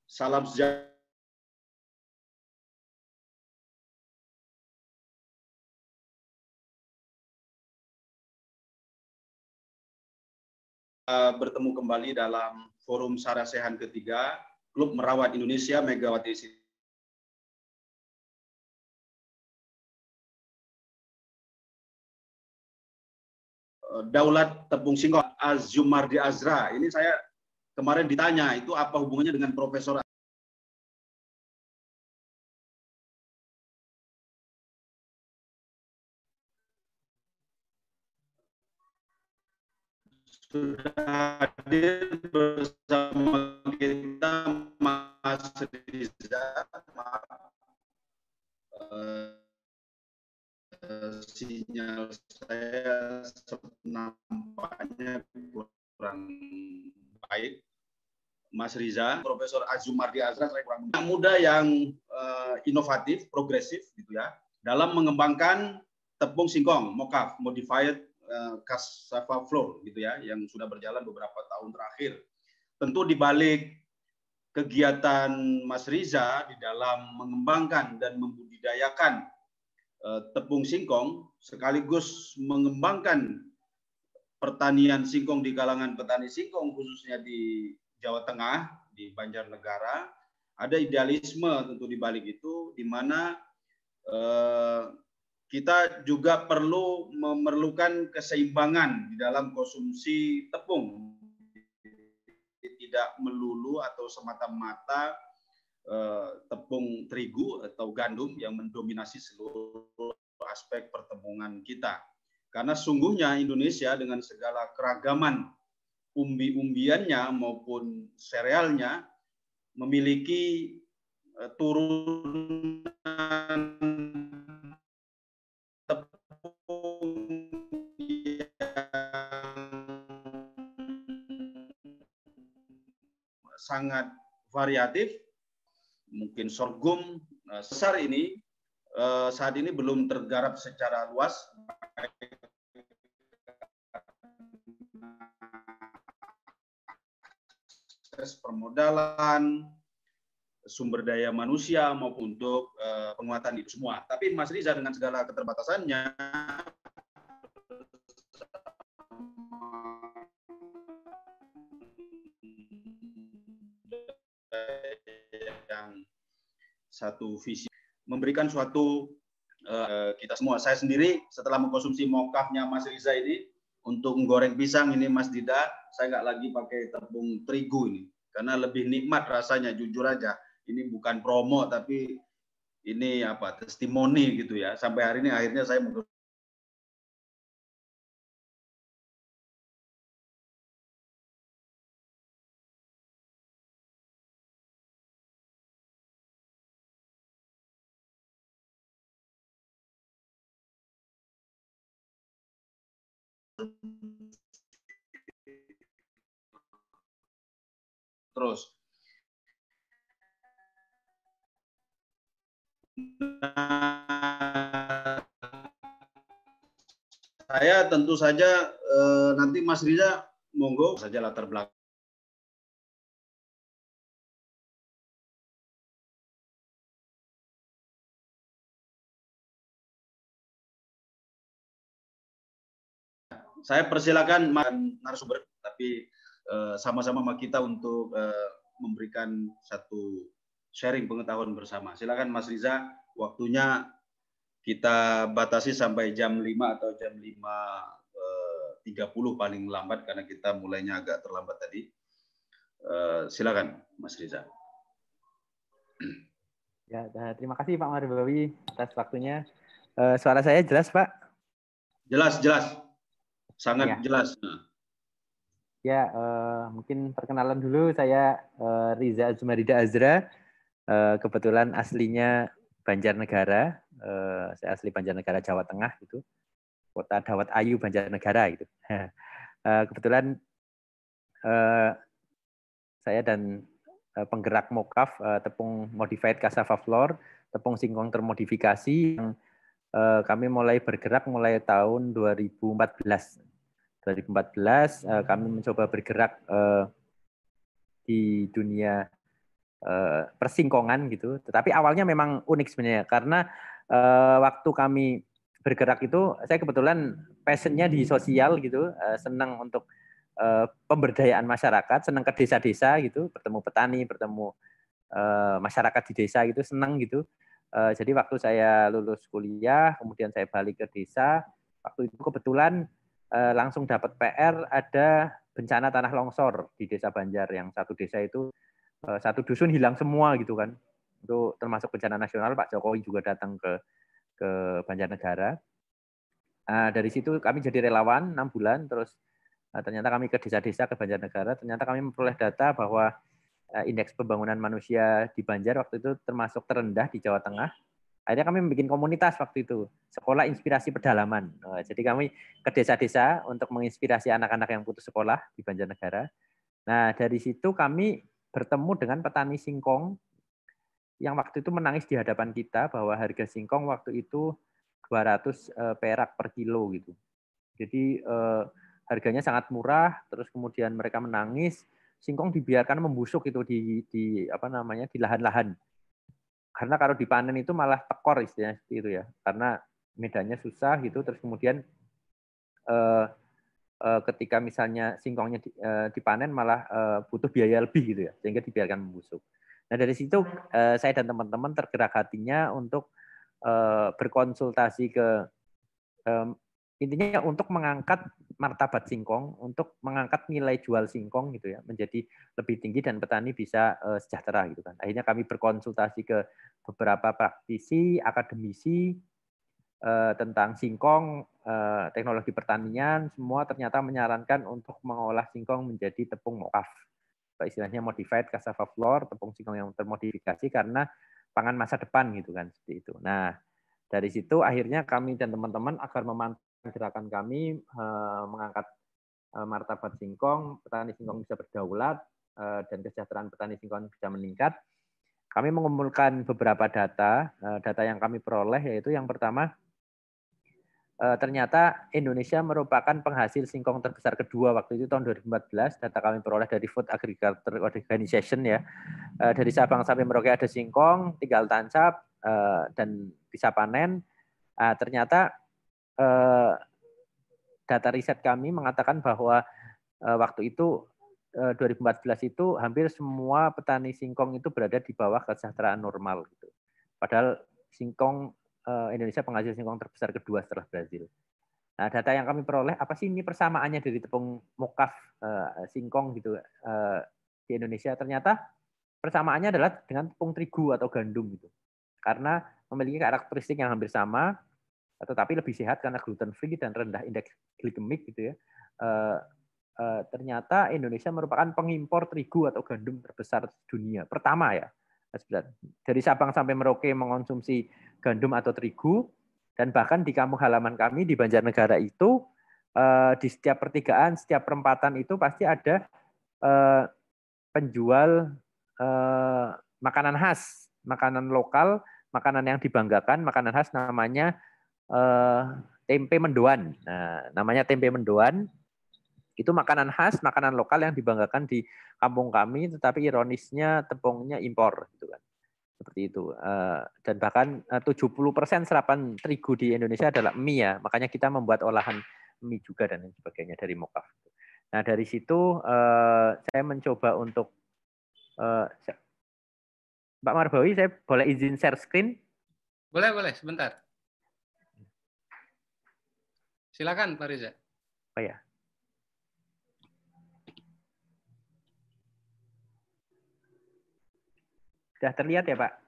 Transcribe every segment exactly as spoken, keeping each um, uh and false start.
Salam sejahtera. Bertemu kembali dalam forum Sarasehan ketiga, Klub Merawat Indonesia Megawati Daulat Tepung Singkong Azumardi Azra. Ini saya kemarin ditanya, itu apa hubungannya dengan Profesor sudah hadir bersama kita Mas Riza. Uh, sinyal saya nampaknya kurang baik. Mas Riza, Profesor Azumardi Azra, saya kurang yang muda yang uh, inovatif, progresif gitu ya, dalam mengembangkan tepung singkong, mocaf, modified uh, cassava flour gitu ya, yang sudah berjalan beberapa tahun terakhir. Tentu di balik kegiatan Mas Riza di dalam mengembangkan dan membudidayakan uh, tepung singkong, sekaligus mengembangkan pertanian singkong di kalangan petani singkong, khususnya di Jawa Tengah, di Banjarnegara, ada idealisme tentu di balik itu, di mana eh, kita juga perlu memerlukan keseimbangan di dalam konsumsi tepung, tidak melulu atau semata-mata eh, tepung terigu atau gandum yang mendominasi seluruh aspek pertemuan kita. Karena sungguhnya Indonesia dengan segala keragaman umbi-umbiannya maupun serealnya memiliki turunan tepung yang sangat variatif. Mungkin sorghum besar ini saat ini belum tergarap secara luas. Permodalan, sumber daya manusia maupun untuk uh, penguatan itu semua. Tapi Mas Riza dengan segala keterbatasannya yang satu visi memberikan suatu uh, kita semua. Saya sendiri setelah mengkonsumsi mocafnya Mas Riza ini untuk menggoreng pisang ini Mas Dida, saya nggak lagi pakai tepung terigu ini karena lebih nikmat rasanya, jujur aja. Ini bukan promo tapi ini apa testimoni gitu ya. Sampai hari ini akhirnya saya terus. Nah, saya tentu saja eh, nanti Mas Riza monggo saja latar belakang. Saya persilakan narasumber, tapi sama-sama sama kita untuk eh, memberikan satu sharing pengetahuan bersama. Silakan Mas Riza, waktunya kita batasi sampai jam lima atau jam lima tiga puluh paling lambat karena kita mulainya agak terlambat tadi. Uh, silakan Mas Riza. Ya, terima kasih Pak Marbawi atas waktunya. Uh, suara saya jelas Pak? Jelas, jelas. Sangat ya. Jelas. Ya, uh, mungkin perkenalan dulu. Saya uh, Riza Azumardi Azra. Uh, kebetulan aslinya Banjarnegara. Uh, saya asli Banjarnegara, Jawa Tengah gitu. Kota Dawat Ayu, Banjarnegara gitu. uh, kebetulan uh, saya dan uh, penggerak mocaf uh, tepung modified cassava flour, tepung singkong termodifikasi yang uh, kami mulai bergerak mulai tahun dua ribu empat belas. dua ribu empat belas uh, kami mencoba bergerak uh, di dunia uh, persingkongan gitu. Tetapi awalnya memang unik sebenarnya karena uh, waktu kami bergerak itu saya kebetulan passionnya di sosial gitu, uh, senang untuk uh, pemberdayaan masyarakat, senang ke desa-desa gitu, bertemu petani, bertemu uh, masyarakat di desa gitu, senang gitu. Uh, jadi waktu saya lulus kuliah, kemudian saya balik ke desa, waktu itu kebetulan uh, langsung dapat P R ada bencana tanah longsor di Desa Banjar, yang satu desa itu uh, satu dusun hilang semua gitu kan. Itu termasuk bencana nasional. Pak Jokowi juga datang ke ke Banjarnegara. Nah, dari situ kami jadi relawan enam bulan, terus uh, ternyata kami ke desa-desa ke Banjarnegara, ternyata kami memperoleh data bahwa indeks pembangunan manusia di Banjar waktu itu termasuk terendah di Jawa Tengah. Akhirnya kami membuat komunitas waktu itu, Sekolah Inspirasi Pedalaman. Jadi kami ke desa-desa untuk menginspirasi anak-anak yang putus sekolah di Banjarnegara. Nah, dari situ kami bertemu dengan petani singkong yang waktu itu menangis di hadapan kita bahwa harga singkong waktu itu dua ratus perak per kilo gitu. Jadi eh, harganya sangat murah, terus kemudian mereka menangis, singkong dibiarkan membusuk itu di, di apa namanya di lahan-lahan. Karena kalau dipanen itu malah tekor istilahnya seperti itu ya. Karena medannya susah gitu, terus kemudian eh, eh, ketika misalnya singkongnya eh, dipanen malah eh, butuh biaya lebih gitu ya, sehingga dibiarkan membusuk. Nah dari situ eh, saya dan teman-teman tergerak hatinya untuk eh, berkonsultasi ke eh, intinya untuk mengangkat martabat singkong, untuk mengangkat nilai jual singkong gitu ya menjadi lebih tinggi dan petani bisa uh, sejahtera gitu kan. Akhirnya kami berkonsultasi ke beberapa praktisi, akademisi uh, tentang singkong, uh, teknologi pertanian, semua ternyata menyarankan untuk mengolah singkong menjadi tepung mokaf. Istilahnya modified cassava flour, tepung singkong yang termodifikasi karena pangan masa depan gitu kan seperti itu. Nah, dari situ akhirnya kami dan teman-teman agar memantau gerakan kami eh, mengangkat eh, martabat singkong, petani singkong bisa berdaulat eh, dan kesejahteraan petani singkong bisa meningkat. Kami mengumpulkan beberapa data, eh, data yang kami peroleh yaitu yang pertama eh, ternyata Indonesia merupakan penghasil singkong terbesar kedua waktu itu tahun dua ribu empat belas. Data kami peroleh dari Food Agriculture Organization ya. Eh, dari Sabang sampai Merauke ada singkong, tinggal tancap eh, dan bisa panen. Nah, ternyata eh, data riset kami mengatakan bahwa eh, waktu itu eh, dua ribu empat belas itu hampir semua petani singkong itu berada di bawah kesejahteraan normal gitu. Padahal singkong eh, Indonesia penghasil singkong terbesar kedua setelah Brazil. Nah, data yang kami peroleh apa sih ini persamaannya dari tepung mokaf eh, singkong gitu eh, di Indonesia? Ternyata persamaannya adalah dengan tepung terigu atau gandum gitu. Karena memiliki karakteristik yang hampir sama, tetapi lebih sehat karena gluten free dan rendah indeks glikemik gitu ya. Uh, uh, ternyata Indonesia merupakan pengimpor terigu atau gandum terbesar dunia pertama ya. Dari Sabang sampai Merauke mengonsumsi gandum atau terigu, dan bahkan di kampung halaman kami di Banjarnegara itu uh, di setiap pertigaan, setiap perempatan itu pasti ada uh, penjual uh, makanan khas, makanan lokal, makanan yang dibanggakan, makanan khas namanya Uh, tempe mendoan. Nah, namanya tempe mendoan. Itu makanan khas, makanan lokal yang dibanggakan di kampung kami, tetapi ironisnya tepungnya impor, gitu kan. Seperti itu. Uh, dan bahkan uh, tujuh puluh persen serapan terigu di Indonesia adalah mie ya. Makanya kita membuat olahan mie juga dan sebagainya dari mokaf. Nah, dari situ uh, saya mencoba untuk uh, Pak Marbawi, saya boleh izin share screen? Boleh, boleh, sebentar. Silakan Pak Riza. Oh ya. Sudah terlihat ya Pak?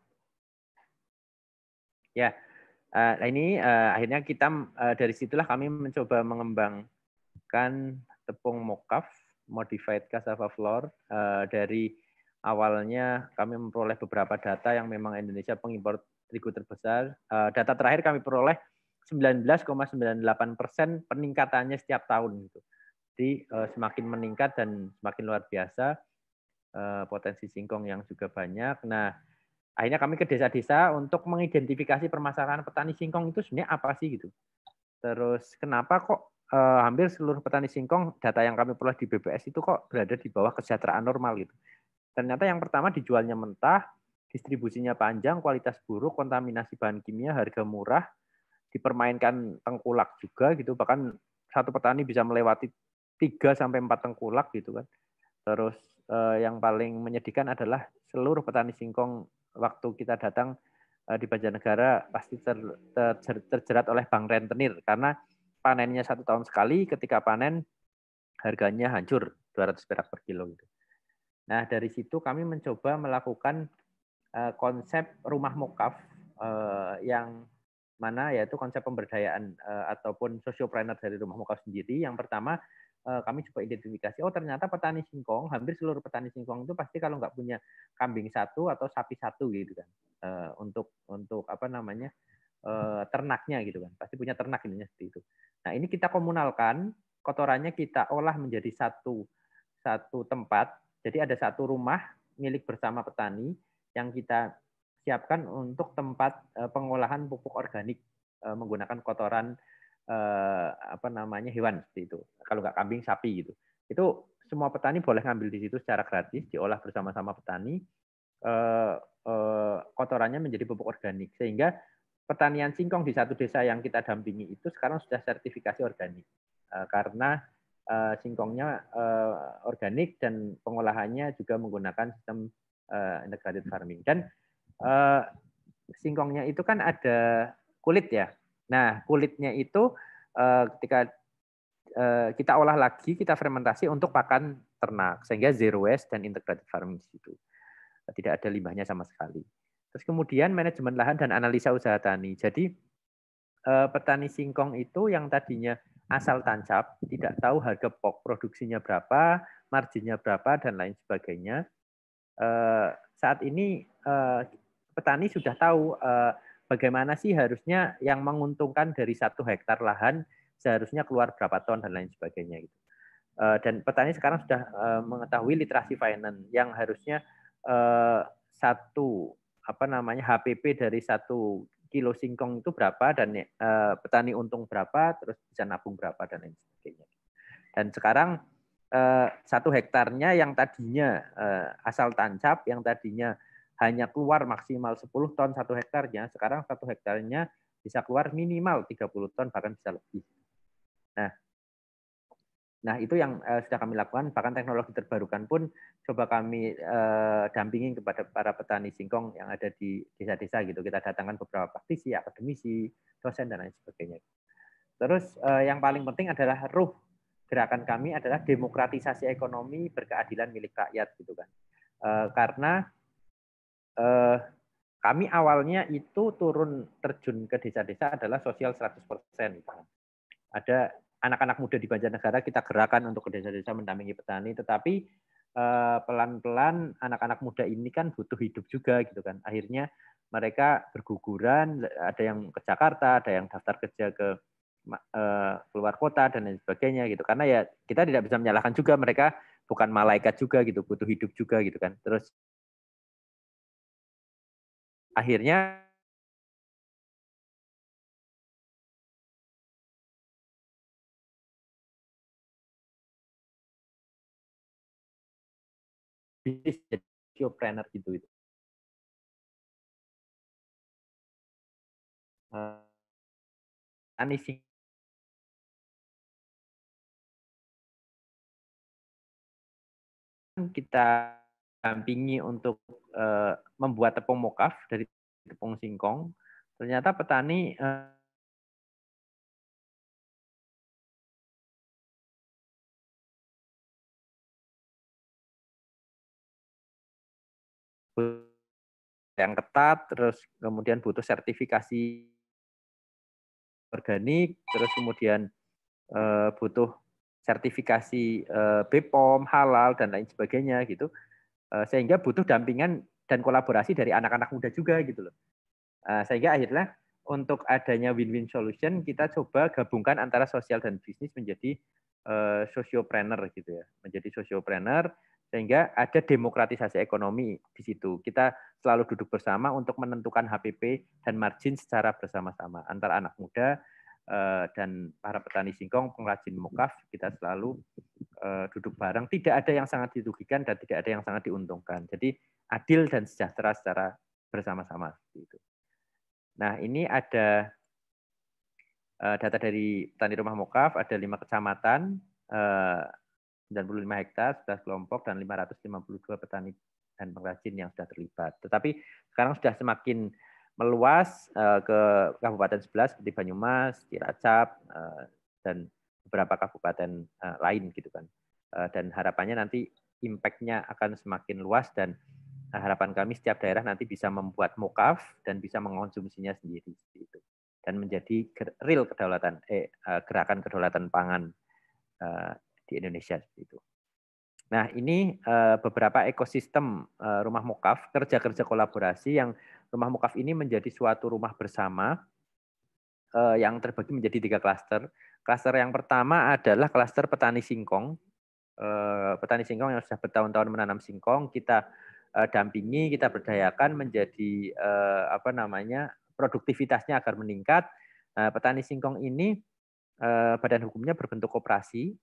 Ya, uh, ini uh, akhirnya kita uh, dari situlah kami mencoba mengembangkan tepung mokaf, modified cassava flour. Uh, dari awalnya kami memperoleh beberapa data yang memang Indonesia pengimpor terigu terbesar. Uh, data terakhir kami peroleh sembilan belas koma sembilan delapan persen peningkatannya setiap tahun. Gitu. Jadi uh, semakin meningkat dan semakin luar biasa. Uh, potensi singkong yang juga banyak. Nah, akhirnya kami ke desa-desa untuk mengidentifikasi permasalahan petani singkong itu sebenarnya apa sih gitu. Terus kenapa kok eh, hampir seluruh petani singkong data yang kami peroleh di B P S itu kok berada di bawah kesejahteraan normal gitu. Ternyata yang pertama dijualnya mentah, distribusinya panjang, kualitas buruk, kontaminasi bahan kimia, harga murah, dipermainkan tengkulak juga gitu. Bahkan satu petani bisa melewati tiga sampai empat tengkulak gitu kan. Terus eh, yang paling menyedihkan adalah seluruh petani singkong waktu kita datang eh, di Banjarnegara pasti ter, ter, terjerat oleh bank rentenir karena panennya satu tahun sekali, ketika panen harganya hancur dua ratus perak per kilo gitu. Nah, dari situ kami mencoba melakukan uh, konsep rumah mukaf uh, yang mana yaitu konsep pemberdayaan uh, ataupun sosiopreneur dari rumah mukaf sendiri. Yang pertama, uh, kami coba identifikasi, oh ternyata petani singkong, hampir seluruh petani singkong itu pasti kalau nggak punya kambing satu atau sapi satu gitu kan, uh, untuk untuk apa namanya uh, ternaknya gitu kan, pasti punya ternak ini seperti itu. Nah ini kita komunalkan, kotorannya kita olah menjadi satu satu tempat. Jadi ada satu rumah milik bersama petani yang kita siapkan untuk tempat pengolahan pupuk organik menggunakan kotoran apa namanya hewan seperti itu. Kalau nggak kambing, sapi gitu. Itu semua petani boleh ngambil di situ secara gratis, diolah bersama-sama petani. Kotorannya menjadi pupuk organik sehingga pertanian singkong di satu desa yang kita dampingi itu sekarang sudah sertifikasi organik karena Uh, singkongnya uh, organik dan pengolahannya juga menggunakan sistem uh, integrated farming. Dan uh, singkongnya itu kan ada kulit ya. Nah, kulitnya itu uh, ketika uh, kita olah lagi, kita fermentasi untuk pakan ternak, sehingga zero waste dan integrated farming itu. Tidak ada limbahnya sama sekali. Terus kemudian manajemen lahan dan analisa usaha tani. Jadi uh, petani singkong itu yang tadinya asal tancap, tidak tahu harga pokok produksinya berapa, marginnya berapa, dan lain sebagainya. Eh, saat ini eh, petani sudah tahu eh, bagaimana sih harusnya yang menguntungkan dari satu hektar lahan, seharusnya keluar berapa ton, dan lain sebagainya. Gitu. Eh, dan petani sekarang sudah eh, mengetahui literasi finance, yang harusnya eh, satu apa namanya H P P dari satu kilo singkong itu berapa, dan eh, petani untung berapa, terus bisa nabung berapa, dan lain sebagainya. Dan sekarang eh, satu hektarnya yang tadinya eh, asal tancap, yang tadinya hanya keluar maksimal sepuluh ton satu hektarnya, sekarang satu hektarnya bisa keluar minimal tiga puluh ton, bahkan bisa lebih. Nah, nah itu yang uh, sudah kami lakukan, bahkan teknologi terbarukan pun coba kami uh, dampingi kepada para petani singkong yang ada di desa-desa gitu. Kita datangkan beberapa praktisi, akademisi, dosen, dan lain sebagainya. Terus uh, yang paling penting adalah ruh gerakan kami adalah demokratisasi ekonomi berkeadilan milik rakyat gitu kan. Uh, karena uh, kami awalnya itu turun terjun ke desa-desa adalah sosial seratus persen. Gitu kan. Ada anak-anak muda di Banjarnegara kita gerakan untuk ke desa-desa mendampingi petani, tetapi pelan-pelan anak-anak muda ini kan butuh hidup juga gitu kan. Akhirnya mereka berguguran, ada yang ke Jakarta, ada yang daftar kerja ke keluar kota dan lain sebagainya gitu. Karena ya kita tidak bisa menyalahkan juga, mereka bukan malaikat juga gitu, butuh hidup juga gitu kan. Terus akhirnya bisnis jadi sosiopreneur gitu itu. Uh, Anisi kita dampingi untuk uh, membuat tepung mokaf dari tepung singkong. Ternyata petani uh, yang ketat, terus kemudian butuh sertifikasi organik, terus kemudian uh, butuh sertifikasi uh, B P O M, halal, dan lain sebagainya gitu. Uh, sehingga butuh dampingan dan kolaborasi dari anak-anak muda juga gitu loh. Uh, sehingga akhirnya untuk adanya win-win solution, kita coba gabungkan antara sosial dan bisnis menjadi uh, sosiopreneur gitu ya, menjadi sosiopreneur, sehingga ada demokratisasi ekonomi di situ. Kita selalu duduk bersama untuk menentukan H P P dan margin secara bersama-sama antara anak muda, dan para petani singkong, pengrajin mokaf, kita selalu duduk bareng. Tidak ada yang sangat dirugikan dan tidak ada yang sangat diuntungkan. Jadi adil dan sejahtera secara bersama-sama. Nah, ini ada data dari petani rumah mokaf, ada lima kecamatan, sembilan puluh lima hektar, sebelas kelompok, dan lima ratus lima puluh dua petani dan pengrajin yang sudah terlibat. Tetapi sekarang sudah semakin meluas ke kabupaten sebelah seperti Banyumas, Cilacap, dan beberapa kabupaten lain gitu kan. Dan harapannya nanti impact-nya akan semakin luas dan harapan kami setiap daerah nanti bisa membuat mokaf dan bisa mengkonsumsinya sendiri gitu. Dan menjadi real kedaulatan eh gerakan kedaulatan pangan di Indonesia seperti itu. Nah, ini beberapa ekosistem rumah mokaf, kerja-kerja kolaborasi yang rumah mokaf ini menjadi suatu rumah bersama yang terbagi menjadi tiga klaster. Klaster yang pertama adalah klaster petani singkong. Petani singkong yang sudah bertahun-tahun menanam singkong, kita dampingi, kita berdayakan menjadi apa namanya produktivitasnya agar meningkat. Petani singkong ini badan hukumnya berbentuk koperasi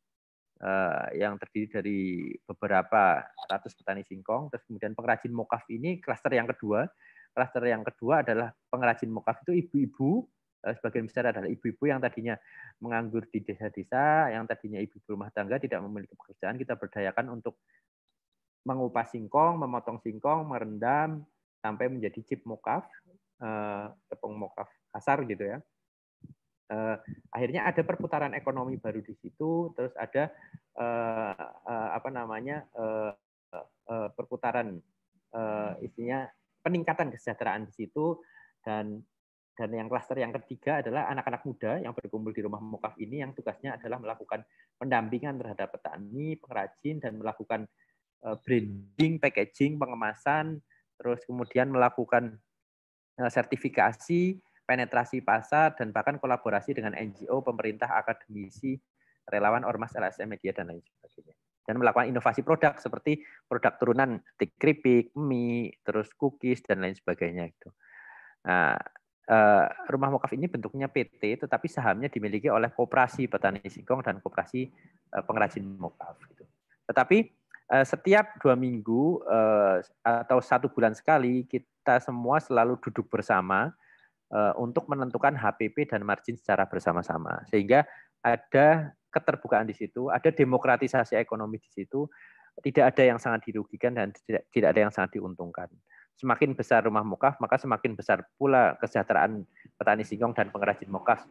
yang terdiri dari beberapa ratus petani singkong. Terus kemudian pengrajin mokaf ini klaster yang kedua. Klaster yang kedua adalah pengrajin mokaf itu ibu-ibu, sebagian besar adalah ibu-ibu yang tadinya menganggur di desa-desa, yang tadinya ibu rumah tangga tidak memiliki pekerjaan, kita berdayakan untuk mengupas singkong, memotong singkong, merendam sampai menjadi chip mokaf, tepung mokaf kasar gitu ya. Uh, akhirnya ada perputaran ekonomi baru di situ, terus ada uh, uh, apa namanya uh, uh, perputaran uh, isinya peningkatan kesejahteraan di situ, dan dan yang klaster yang ketiga adalah anak-anak muda yang berkumpul di rumah mokaf ini yang tugasnya adalah melakukan pendampingan terhadap petani, pengrajin, dan melakukan uh, branding, packaging, pengemasan, terus kemudian melakukan uh, sertifikasi, penetrasi pasar, dan bahkan kolaborasi dengan N G O, pemerintah, akademisi, relawan, ormas, L S M, media, dan lain sebagainya. Dan melakukan inovasi produk seperti produk turunan keripik, mie, terus cookies, dan lain sebagainya. Nah, rumah mokaf ini bentuknya P T, tetapi sahamnya dimiliki oleh koperasi petani singkong dan koperasi pengrajin mokaf. Tetapi setiap dua minggu atau satu bulan sekali, kita semua selalu duduk bersama untuk menentukan H P P dan margin secara bersama-sama, sehingga ada keterbukaan di situ, ada demokratisasi ekonomi di situ, tidak ada yang sangat dirugikan dan tidak, tidak ada yang sangat diuntungkan. Semakin besar rumah mokaf, maka semakin besar pula kesejahteraan petani singkong dan pengrajin mokaf.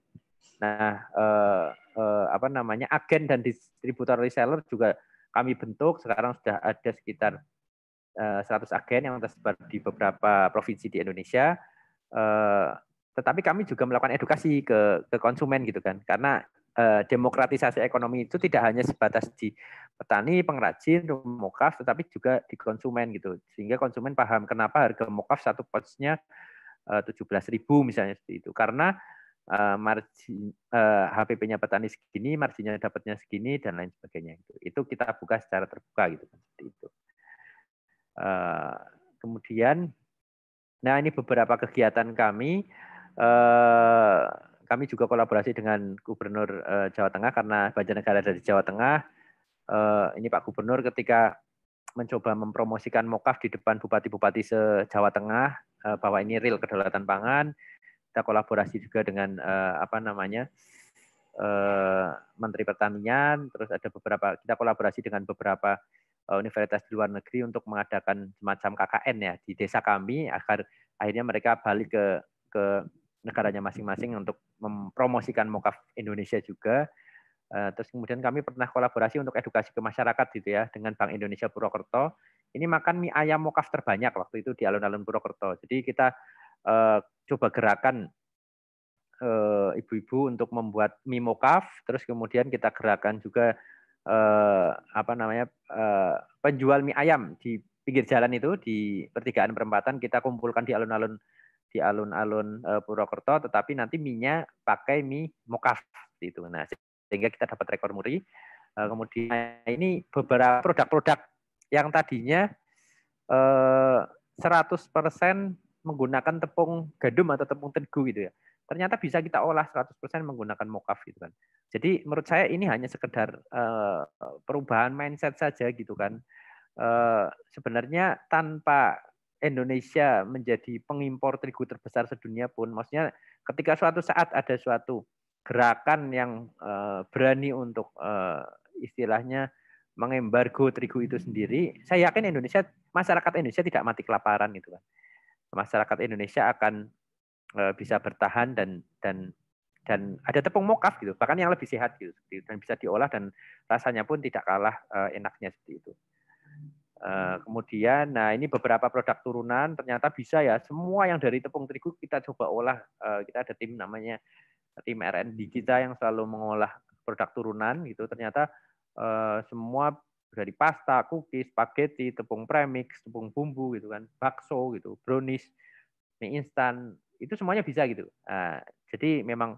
Nah, eh, eh, apa namanya agen dan distributor reseller juga kami bentuk. Sekarang sudah ada sekitar eh, seratus agen yang tersebar di beberapa provinsi di Indonesia. Uh, tetapi kami juga melakukan edukasi ke, ke konsumen gitu kan, karena uh, demokratisasi ekonomi itu tidak hanya sebatas di petani, pengrajin, rumah mokaf, tetapi juga di konsumen gitu, sehingga konsumen paham kenapa harga mokaf satu pouchnya uh, tujuh belas ribu misalnya seperti itu, karena uh, margin uh, H P P-nya petani segini, marginnya dapatnya segini, dan lain sebagainya. Itu, itu kita buka secara terbuka gitu kan, seperti itu. Uh, kemudian Nah, ini beberapa kegiatan kami. Eh, kami juga kolaborasi dengan Gubernur eh, Jawa Tengah karena Banjarnegara dari Jawa Tengah. Eh, ini Pak Gubernur ketika mencoba mempromosikan mokaf di depan bupati-bupati se-Jawa Tengah eh, bahwa ini real kedaulatan pangan. Kita kolaborasi juga dengan eh, apa namanya eh, Menteri Pertanian. Terus ada beberapa kita kolaborasi dengan beberapa universitas di luar negeri untuk mengadakan semacam K K N ya di desa kami agar akhirnya mereka balik ke ke negaranya masing-masing untuk mempromosikan mokaf Indonesia juga. Terus kemudian kami pernah kolaborasi untuk edukasi ke masyarakat gitu ya dengan Bank Indonesia Purwokerto. Ini makan mie ayam mokaf terbanyak waktu itu di alun-alun Purwokerto. Jadi kita uh, coba gerakan uh, ibu-ibu untuk membuat mie mokaf. Terus kemudian kita gerakan juga Eh, apa namanya eh, penjual mie ayam di pinggir jalan itu di pertigaan perempatan, kita kumpulkan di alun-alun di alun-alun eh, Purwokerto, tetapi nanti mie-nya pakai mie mokaf itu. Nah, sehingga kita dapat rekor muri. Eh, kemudian ini beberapa produk-produk yang tadinya eh, seratus persen menggunakan tepung gandum atau tepung terigu gitu ya. ternyata bisa kita olah seratus persen menggunakan mocaf gitu kan. Jadi menurut saya ini hanya sekedar uh, perubahan mindset saja gitu kan. Uh, sebenarnya tanpa Indonesia menjadi pengimpor terigu terbesar sedunia pun, maksudnya ketika suatu saat ada suatu gerakan yang uh, berani untuk uh, istilahnya mengembargo terigu itu sendiri, saya yakin Indonesia, masyarakat Indonesia tidak mati kelaparan gitu kan. Masyarakat Indonesia akan uh, bisa bertahan dan dan dan ada tepung mocaf gitu, bahkan yang lebih sehat gitu, dan bisa diolah dan rasanya pun tidak kalah uh, enaknya seperti itu. Uh, kemudian, nah ini beberapa produk turunan ternyata bisa ya, semua yang dari tepung terigu kita coba olah. Uh, kita ada tim namanya tim R and D kita yang selalu mengolah produk turunan gitu. Ternyata uh, semua dari pasta, cookies, spaghetti, tepung premix, tepung bumbu gitu kan, bakso gitu, brownies, mie instan, itu semuanya bisa gitu. Nah, jadi memang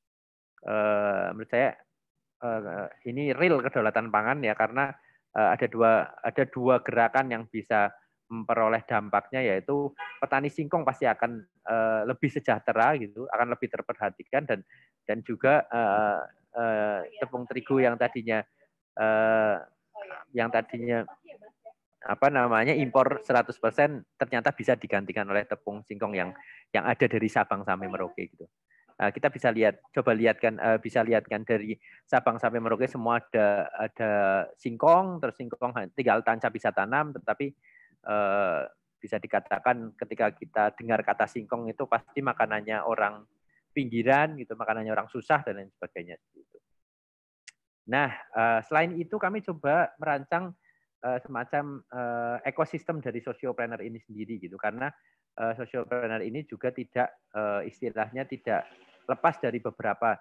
uh, menurut saya uh, ini real kedaulatan pangan ya, karena uh, ada dua ada dua gerakan yang bisa memperoleh dampaknya, yaitu petani singkong pasti akan uh, lebih sejahtera gitu, akan lebih terperhatikan, dan dan juga uh, uh, tepung terigu yang tadinya uh, yang tadinya apa namanya impor seratus persen ternyata bisa digantikan oleh tepung singkong yang yang ada dari Sabang sampai Merauke gitu. Uh, kita bisa lihat, coba lihatkan, uh, bisa lihatkan dari Sabang sampai Merauke semua ada ada singkong, terus singkong tinggal tancap bisa tanam, tetapi uh, bisa dikatakan ketika kita dengar kata singkong itu pasti makanannya orang pinggiran gitu, makanannya orang susah dan lain sebagainya gitu. Nah, uh, selain itu kami coba merancang uh, semacam uh, ekosistem dari sociopreneur ini sendiri gitu, karena uh, sociopreneur ini juga tidak uh, istilahnya tidak lepas dari beberapa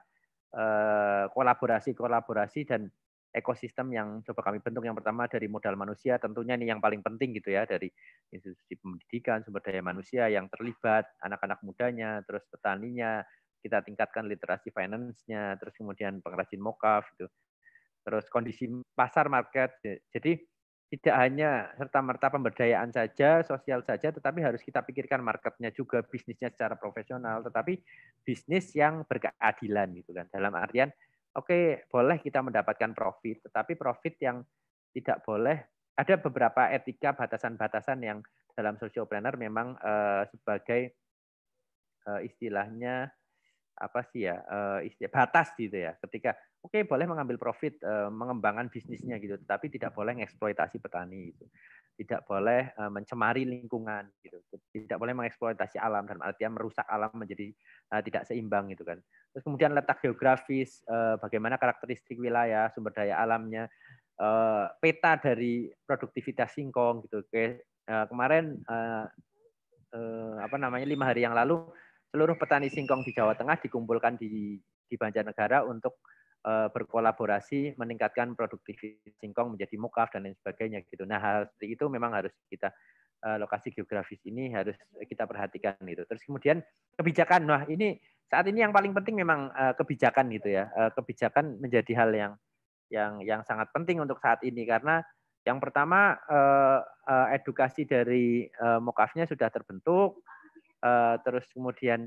kolaborasi-kolaborasi uh, dan ekosistem yang coba kami bentuk. Yang pertama dari modal manusia, tentunya ini yang paling penting gitu ya, dari institusi pendidikan, sumber daya manusia yang terlibat, anak-anak mudanya, terus petaninya, kita tingkatkan literasi finance-nya, terus kemudian pengrajin mocaf gitu, terus kondisi pasar market. Jadi tidak hanya serta-merta pemberdayaan saja, sosial saja, tetapi harus kita pikirkan marketnya juga, bisnisnya secara profesional, tetapi bisnis yang berkeadilan gitu kan. Dalam artian, oke, okay, boleh kita mendapatkan profit, tetapi profit yang tidak boleh, ada beberapa etika batasan-batasan yang dalam sociopreneur memang uh, sebagai uh, istilahnya apa sih ya, uh, istilah batas gitu ya. Ketika oke okay, boleh mengambil profit, uh, mengembangkan bisnisnya gitu, tetapi tidak boleh mengeksploitasi petani gitu. Tidak boleh uh, mencemari lingkungan gitu. Tidak boleh mengeksploitasi alam, dan artinya merusak alam menjadi uh, tidak seimbang gitu kan. Terus kemudian letak geografis, uh, bagaimana karakteristik wilayah, sumber daya alamnya, uh, peta dari produktivitas singkong gitu. Oke, uh, kemarin uh, uh, apa namanya lima hari yang lalu seluruh petani singkong di Jawa Tengah dikumpulkan di, di Banjarnegara untuk uh, berkolaborasi meningkatkan produktivitas singkong menjadi mocaf dan lain sebagainya gitu. Nah, hal seperti itu memang harus kita uh, lokasi geografis ini harus kita perhatikan gitu. Terus kemudian kebijakan. Nah, ini saat ini yang paling penting memang uh, kebijakan gitu ya. Uh, kebijakan menjadi hal yang yang yang sangat penting untuk saat ini, karena yang pertama uh, uh, edukasi dari uh, mocafnya sudah terbentuk. Uh, terus kemudian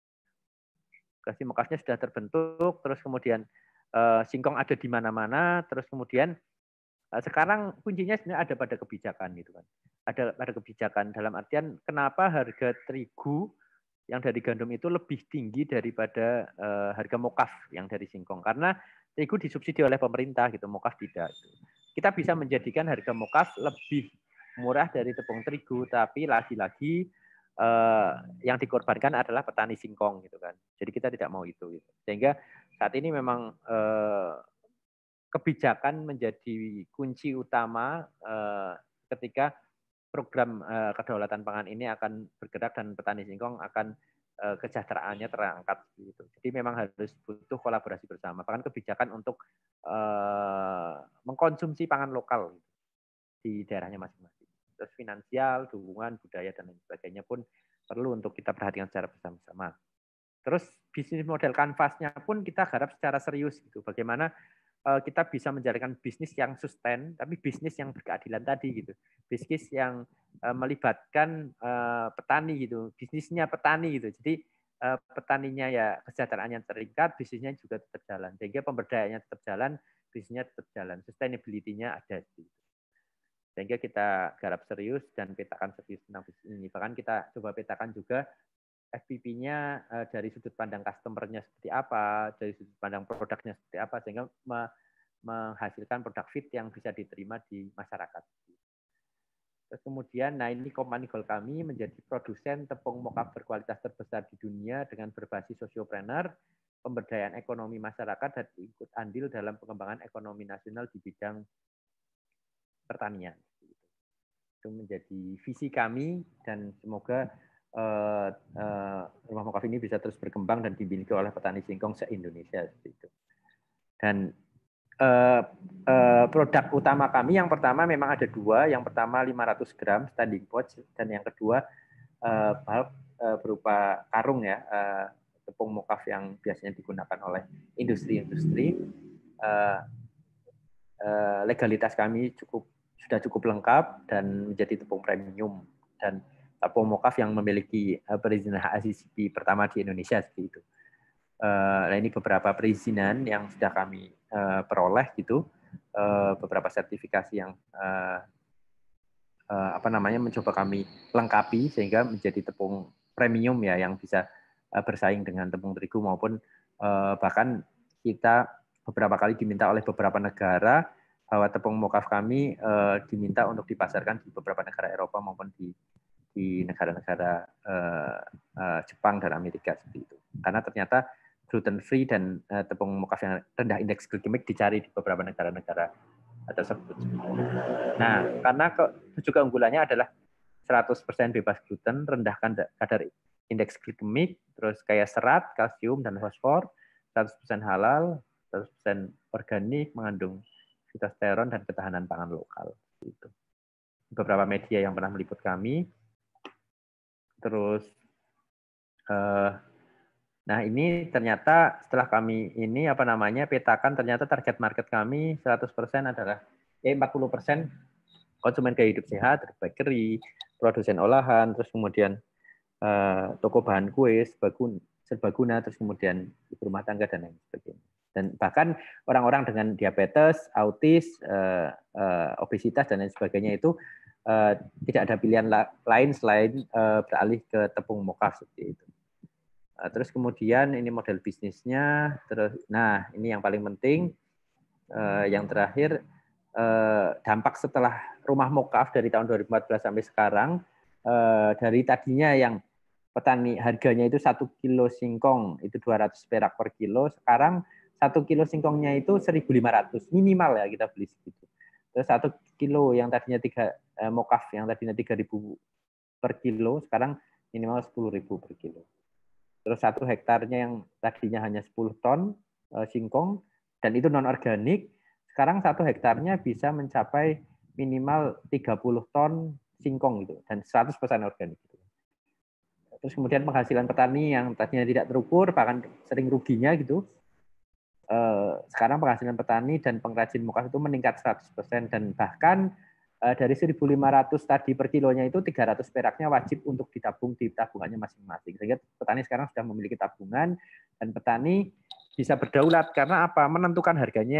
kasih mokafnya sudah terbentuk, terus kemudian uh, singkong ada di mana-mana, terus kemudian uh, sekarang kuncinya sebenarnya ada pada kebijakan gitu kan. Ada pada kebijakan dalam artian kenapa harga terigu yang dari gandum itu lebih tinggi daripada uh, harga mokaf yang dari singkong, karena terigu disubsidi oleh pemerintah gitu, mokaf tidak. Gitu. Kita bisa menjadikan harga mokaf lebih murah dari tepung terigu, tapi lagi-lagi Uh, yang dikorbankan adalah petani singkong gitu kan. Jadi kita tidak mau itu. Gitu. Sehingga saat ini memang uh, kebijakan menjadi kunci utama uh, ketika program uh, kedaulatan pangan ini akan bergerak dan petani singkong akan uh, kesejahteraannya terangkat. Gitu. Jadi memang harus butuh kolaborasi bersama. Bahkan kebijakan untuk uh, mengkonsumsi pangan lokal gitu, di daerahnya masing-masing. Terus finansial, dukungan, budaya, dan lain sebagainya pun perlu untuk kita perhatikan secara bersama-sama. Terus bisnis model kanvasnya pun kita garap secara serius gitu. Bagaimana uh, kita bisa menjalankan bisnis yang sustain, tapi bisnis yang berkeadilan tadi gitu. Bisnis yang uh, melibatkan uh, petani gitu, bisnisnya petani gitu. Jadi uh, petaninya ya kesejahteraannya tertingkat, bisnisnya juga tetap jalan. Sehingga pemberdayaannya tetap jalan, bisnisnya tetap jalan, sustainability-nya ada. Sehingga kita garap serius dan petakan serius tentang bisnis ini. Bahkan kita coba petakan juga F P P-nya uh, dari sudut pandang customer-nya seperti apa, dari sudut pandang produknya seperti apa, sehingga me menghasilkan produk fit yang bisa diterima di masyarakat. Terus kemudian, nah ini company goal kami menjadi produsen tepung mocaf berkualitas terbesar di dunia dengan berbasis sosiopreneur, pemberdayaan ekonomi masyarakat, dan ikut andil dalam pengembangan ekonomi nasional di bidang pertanian. Itu menjadi visi kami dan semoga uh, uh, rumah mocaf ini bisa terus berkembang dan dimiliki oleh petani singkong se-Indonesia. Seperti itu. Dan Uh, uh, produk utama kami yang pertama memang ada dua. Yang pertama lima ratus gram standing pouch dan yang kedua uh, bulk uh, berupa karung ya, uh, tepung mocaf yang biasanya digunakan oleh industri-industri. Uh, uh, legalitas kami cukup sudah cukup lengkap dan menjadi tepung premium dan tepung mocaf yang memiliki uh, perizinan H A C C P pertama di Indonesia seperti itu. Uh, nah ini beberapa perizinan yang sudah kami uh, peroleh gitu, uh, beberapa sertifikasi yang uh, uh, apa namanya mencoba kami lengkapi sehingga menjadi tepung premium ya yang bisa uh, bersaing dengan tepung terigu maupun uh, bahkan kita beberapa kali diminta oleh beberapa negara bahwa tepung mocaf kami uh, diminta untuk dipasarkan di beberapa negara Eropa maupun di di negara-negara uh, uh, Jepang dan Amerika seperti itu karena ternyata gluten free dan uh, tepung mocaf yang rendah indeks glikemik dicari di beberapa negara-negara tersebut. Nah, karena ke, juga unggulannya adalah seratus persen bebas gluten, rendah kadar indeks glikemik, terus kayak serat, kalsium dan fosfor, seratus persen halal, seratus persen organik, mengandung fitosteron dan ketahanan pangan lokal. Gitu. Beberapa media yang pernah meliput kami, terus uh, nah ini ternyata setelah kami ini apa namanya petakan ternyata target market kami seratus persen adalah ya empat puluh persen konsumen gaya hidup sehat, bakery, produsen olahan, terus kemudian uh, toko bahan kue, serbaguna, terus kemudian ibu rumah tangga dan lain sebagainya. Dan bahkan orang-orang dengan diabetes, autis, uh, uh, obesitas dan lain sebagainya itu uh, tidak ada pilihan la lain selain uh, beralih ke tepung mocaf seperti itu. Terus kemudian ini model bisnisnya, terus, nah ini yang paling penting, eh, yang terakhir eh, dampak setelah rumah mocaf dari tahun dua ribu empat belas sampai sekarang, eh, dari tadinya yang petani harganya itu satu kilo singkong itu dua ratus perak per kilo, sekarang satu kilo singkongnya itu seribu lima ratus minimal ya kita beli segitu. Terus satu kilo yang tadinya tiga eh, mocaf yang tadinya tiga ribu per kilo, sekarang minimal sepuluh ribu per kilo. Terus satu hektarnya yang tadinya hanya sepuluh ton e, singkong, dan itu non-organik, sekarang satu hektarnya bisa mencapai minimal tiga puluh ton singkong gitu, dan seratus persen organik. Gitu. Terus kemudian penghasilan petani yang tadinya tidak terukur, bahkan sering ruginya gitu, e, sekarang penghasilan petani dan pengrajin mocaf itu meningkat seratus persen, dan bahkan dari seribu lima ratus tadi per kilonya itu tiga ratus peraknya wajib untuk ditabung di tabungannya masing-masing. Sehingga petani sekarang sudah memiliki tabungan dan petani bisa berdaulat karena apa? Menentukan harganya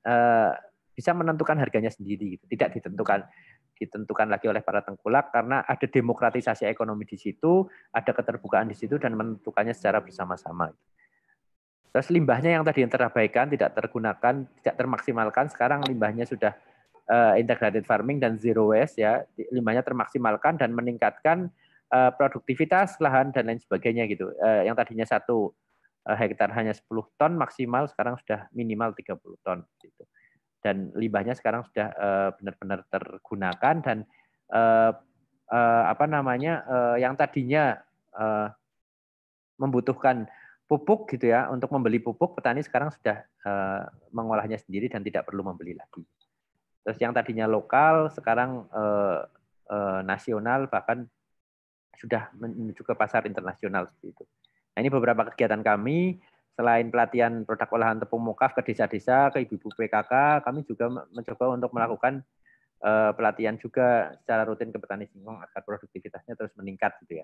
bisa menentukan harganya sendiri gitu. Tidak ditentukan ditentukan lagi oleh para tengkulak karena ada demokratisasi ekonomi di situ, ada keterbukaan di situ dan menentukannya secara bersama-sama. Terus limbahnya yang tadi yang terabaikan, tidak tergunakan, tidak termaksimalkan, sekarang limbahnya sudah Uh, integrated farming dan zero waste ya, limbahnya termaksimalkan dan meningkatkan uh, produktivitas lahan dan lain sebagainya gitu. Uh, yang tadinya satu uh, hektar hanya sepuluh ton maksimal sekarang sudah minimal tiga puluh ton gitu. Dan limbahnya sekarang sudah uh, benar-benar tergunakan dan uh, uh, apa namanya uh, yang tadinya uh, membutuhkan pupuk gitu ya, untuk membeli pupuk petani sekarang sudah uh, mengolahnya sendiri dan tidak perlu membeli lagi. Terus yang tadinya lokal sekarang eh, eh, nasional bahkan sudah menuju ke pasar internasional seperti itu. Nah ini beberapa kegiatan kami selain pelatihan produk olahan tepung mocaf ke desa-desa, ke ibu-ibu P K K, kami juga mencoba untuk melakukan eh, pelatihan juga secara rutin ke petani singkong agar produktivitasnya terus meningkat gitu ya.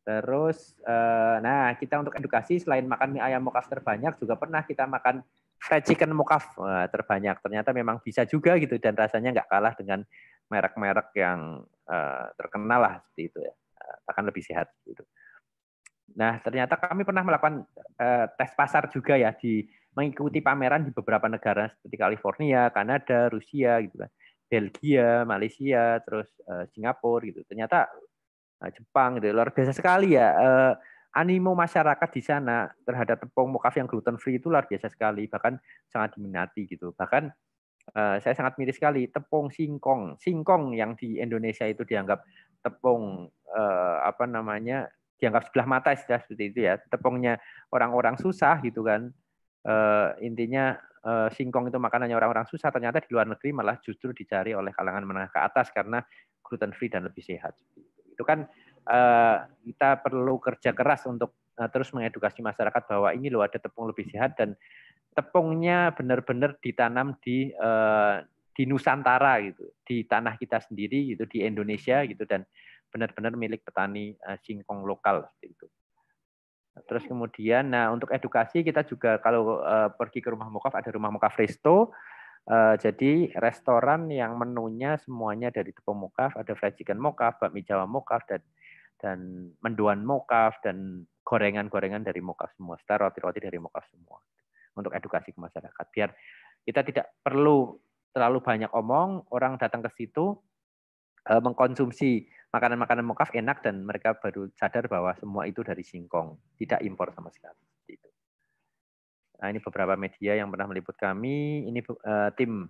Terus, nah kita untuk edukasi selain makan mie ayam mokaf terbanyak juga pernah kita makan fried chicken mokaf terbanyak. Ternyata memang bisa juga gitu dan rasanya nggak kalah dengan merek-merek yang terkenal lah seperti itu ya. Akan lebih sehat gitu. Nah ternyata kami pernah melakukan tes pasar juga ya di mengikuti pameran di beberapa negara seperti California, Kanada, Rusia gitu kan, Belgia, Malaysia, terus Singapura gitu. Ternyata Jepang gitu luar biasa sekali ya eh, animo masyarakat di sana terhadap tepung mokaf yang gluten free itu luar biasa sekali, bahkan sangat diminati gitu. Bahkan eh, saya sangat miris sekali tepung singkong singkong yang di Indonesia itu dianggap tepung eh, apa namanya dianggap sebelah mata istilah seperti itu ya, tepungnya orang-orang susah gitu kan. Eh, intinya eh, singkong itu makanannya orang-orang susah, ternyata di luar negeri malah justru dicari oleh kalangan menengah ke atas karena gluten free dan lebih sehat. Itu kan uh, kita perlu kerja keras untuk uh, terus mengedukasi masyarakat bahwa ini loh ada tepung lebih sehat dan tepungnya benar-benar ditanam di uh, di Nusantara gitu, di tanah kita sendiri gitu, di Indonesia gitu dan benar-benar milik petani uh, singkong lokal seperti itu. Terus kemudian, nah untuk edukasi kita juga kalau uh, pergi ke rumah mokaf ada rumah mokaf resto. Uh, jadi restoran yang menunya semuanya dari tepung mokaf, ada fried chicken mokaf, bakmi Jawa mokaf, dan dan mendoan mokaf, dan gorengan-gorengan dari mokaf semua, serta roti-roti dari mokaf semua. Untuk edukasi ke masyarakat. Biar kita tidak perlu terlalu banyak omong, orang datang ke situ, uh, mengkonsumsi makanan-makanan mokaf enak, dan mereka baru sadar bahwa semua itu dari singkong, tidak impor sama sekali. Itu. Nah, ini beberapa media yang pernah meliput kami. Ini uh, tim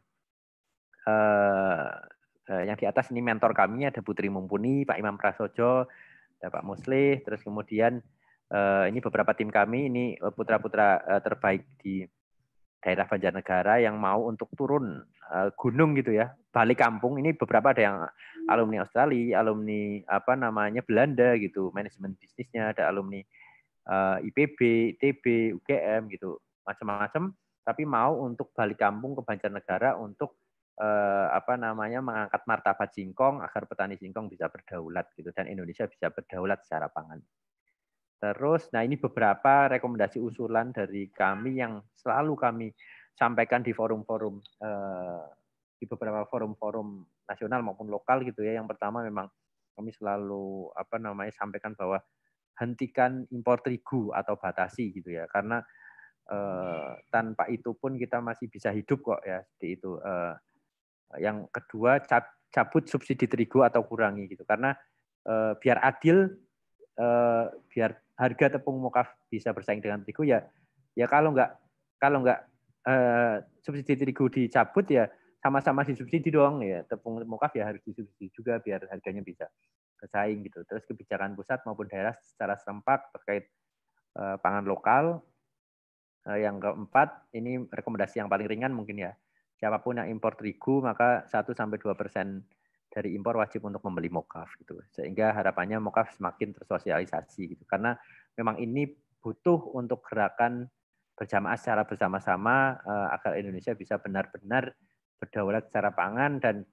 uh, uh, yang di atas ini mentor kami, ada Putri Mumpuni, Pak Imam Prasojo, ada Pak Muslih. Terus kemudian uh, ini beberapa tim kami, ini putra-putra uh, terbaik di daerah Banjarnegara yang mau untuk turun uh, gunung gitu ya, balik kampung. Ini beberapa ada yang alumni Australia, alumni apa namanya Belanda gitu, manajemen bisnisnya, ada alumni uh, I P B, I T B, U G M gitu, macam-macam, tapi mau untuk balik kampung ke Banjarnegara untuk eh, apa namanya mengangkat martabat singkong agar petani singkong bisa berdaulat gitu dan Indonesia bisa berdaulat secara pangan. Terus, nah ini beberapa rekomendasi usulan dari kami yang selalu kami sampaikan di forum-forum eh, di beberapa forum-forum nasional maupun lokal gitu ya. Yang pertama memang kami selalu apa namanya sampaikan bahwa hentikan impor terigu atau batasi gitu ya, karena eh, tanpa itu pun kita masih bisa hidup kok ya seperti itu. Eh, yang kedua cabut subsidi terigu atau kurangi gitu, karena eh, biar adil, eh, biar harga tepung mokaf bisa bersaing dengan terigu ya, ya kalau nggak kalau nggak eh, subsidi terigu dicabut ya sama-sama disubsidi dong ya, tepung mokaf ya harus disubsidi juga biar harganya bisa bersaing gitu. Terus kebijakan pusat maupun daerah secara serempak terkait eh, pangan lokal. Eh, yang keempat, ini rekomendasi yang paling ringan mungkin ya. Siapapun yang impor terigu maka satu sampai dua persen dari impor wajib untuk membeli mokaf gitu. Sehingga harapannya mokaf semakin tersosialisasi gitu. Karena memang ini butuh untuk gerakan berjamaah secara bersama-sama eh, agar Indonesia bisa benar-benar berdaulat secara pangan dan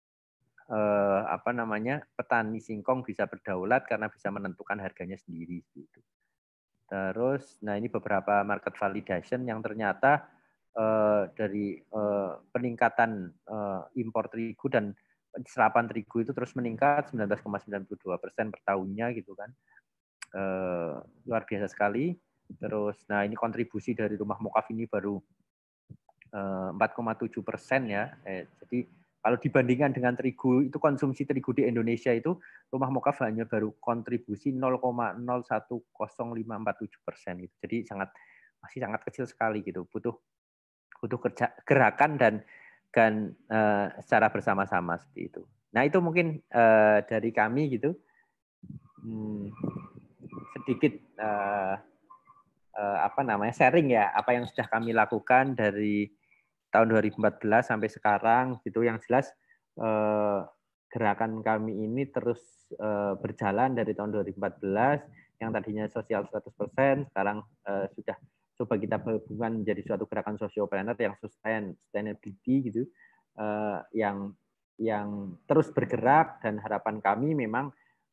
eh, apa namanya petani singkong bisa berdaulat karena bisa menentukan harganya sendiri gitu. Terus, nah ini beberapa market validation yang ternyata eh, dari eh, peningkatan eh, impor terigu dan serapan terigu itu terus meningkat sembilan belas koma sembilan puluh dua persen per tahunnya gitu kan. Eh, luar biasa sekali. Terus, nah ini kontribusi dari rumah mokaf ini baru eh, empat koma tujuh persen ya. Eh, jadi kalau dibandingkan dengan terigu, itu konsumsi terigu di Indonesia itu rumah mokaf hanya baru kontribusi nol koma nol satu nol lima empat tujuh persen gitu. Jadi sangat masih sangat kecil sekali gitu. Butuh butuh kerja gerakan dan dan uh, secara bersama-sama seperti itu. Nah itu mungkin uh, dari kami gitu hmm, sedikit uh, uh, apa namanya sharing ya apa yang sudah kami lakukan dari tahun dua ribu empat belas sampai sekarang gitu. Yang jelas eh, gerakan kami ini terus eh, berjalan dari tahun dua ribu empat belas yang tadinya sosial seratus persen sekarang eh, sudah coba kita hubungkan menjadi suatu gerakan sosiopreneur yang sustain sustainability gitu eh, yang yang terus bergerak dan harapan kami memang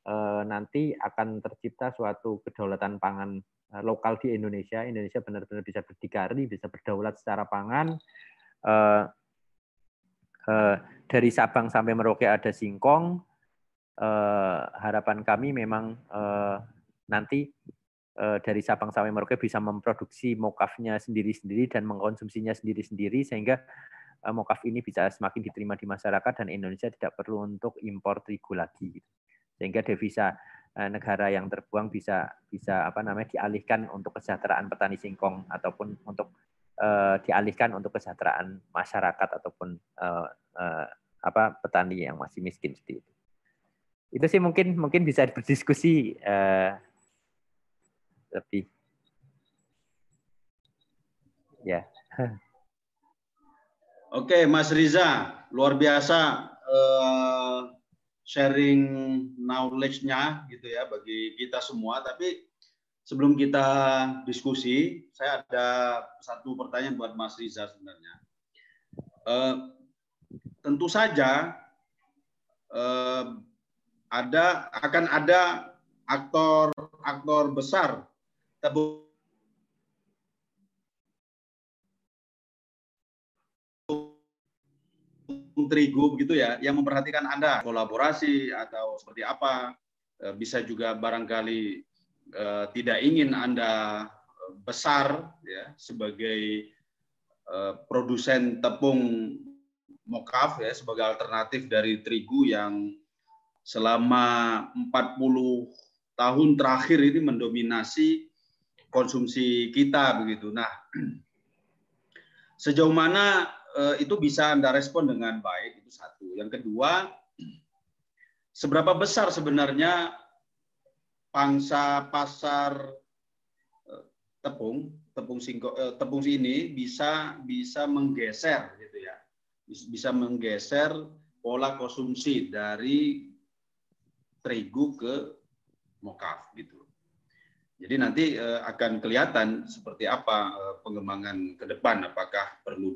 eh, nanti akan tercipta suatu kedaulatan pangan eh, lokal di Indonesia. Indonesia benar-benar bisa berdikari, bisa berdaulat secara pangan. Eh, eh, dari Sabang sampai Merauke ada singkong. Eh, harapan kami memang eh, nanti eh, dari Sabang sampai Merauke bisa memproduksi mokafnya sendiri-sendiri dan mengkonsumsinya sendiri-sendiri sehingga eh, mokaf ini bisa semakin diterima di masyarakat dan Indonesia tidak perlu untuk impor terigu lagi. Sehingga devisa eh, negara yang terbuang bisa bisa apa namanya dialihkan untuk kesejahteraan petani singkong ataupun untuk eh, dialihkan untuk kesejahteraan masyarakat ataupun eh, eh, apa petani yang masih miskin seperti itu. Itu sih mungkin mungkin bisa berdiskusi eh, lebih ya. Oke, Mas Riza, luar biasa eh, sharing knowledge-nya gitu ya bagi kita semua. Tapi sebelum kita diskusi, saya ada satu pertanyaan buat Mas Riza sebenarnya. Eh, tentu saja eh, ada akan ada aktor-aktor besar tepung terigu begitu ya yang memperhatikan Anda kolaborasi atau seperti apa, bisa juga barangkali eh, tidak ingin Anda besar ya sebagai eh, produsen tepung mokaf ya sebagai alternatif dari terigu yang selama empat puluh tahun terakhir ini mendominasi konsumsi kita begitu. Nah, sejauh mana eh, itu bisa Anda respon dengan baik, itu satu. Yang kedua, seberapa besar sebenarnya pangsa pasar eh, tepung, tepung singko, eh, tepung ini bisa bisa menggeser gitu ya. Bisa menggeser pola konsumsi dari terigu ke mokaf gitu. Jadi nanti eh, akan kelihatan seperti apa eh, pengembangan ke depan, apakah perlu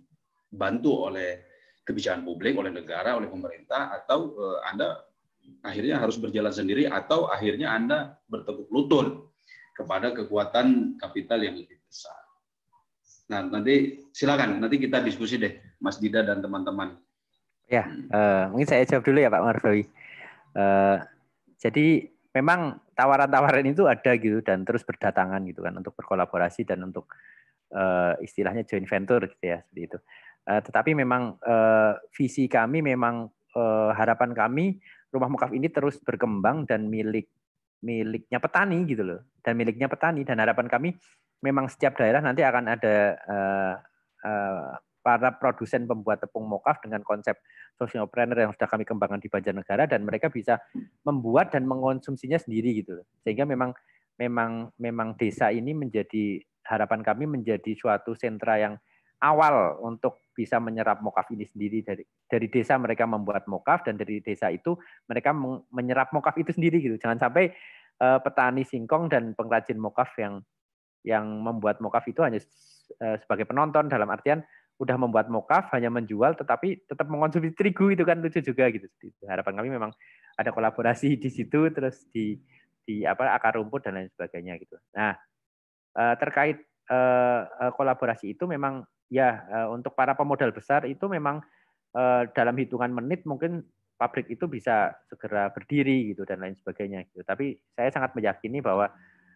dibantu oleh kebijakan publik, oleh negara, oleh pemerintah, atau eh, Anda akhirnya harus berjalan sendiri, atau akhirnya Anda bertekuk lutut kepada kekuatan kapital yang lebih besar. Nah, nanti silakan, nanti kita diskusi deh, Mas Dida dan teman-teman. Ya, uh, mungkin saya jawab dulu ya Pak Marfawi. Uh, jadi memang tawaran-tawaran itu ada gitu dan terus berdatangan gitu kan untuk berkolaborasi dan untuk uh, istilahnya joint venture gitu ya seperti itu. Uh, tetapi memang uh, visi kami memang uh, harapan kami rumah mokaf ini terus berkembang dan milik miliknya petani gitu loh dan miliknya petani dan harapan kami memang setiap daerah nanti akan ada uh, uh, para produsen pembuat tepung mokaf dengan konsep sociopreneur yang sudah kami kembangkan di Banjarnegara dan mereka bisa membuat dan mengkonsumsinya sendiri gitu. Sehingga memang memang memang desa ini menjadi harapan kami menjadi suatu sentra yang awal untuk bisa menyerap mokaf ini sendiri dari dari desa mereka membuat mokaf dan dari desa itu mereka menyerap mokaf itu sendiri gitu. Jangan sampai uh, petani singkong dan pengrajin mokaf yang yang membuat mokaf itu hanya uh, sebagai penonton dalam artian udah membuat mokaf hanya menjual tetapi tetap mengkonsumsi terigu itu kan lucu juga gitu. Harapan kami memang ada kolaborasi di situ terus di di apa akar rumput dan lain sebagainya gitu. Nah, terkait kolaborasi itu memang ya untuk para pemodal besar itu memang dalam hitungan menit mungkin pabrik itu bisa segera berdiri gitu dan lain sebagainya gitu. Tapi saya sangat meyakini bahwa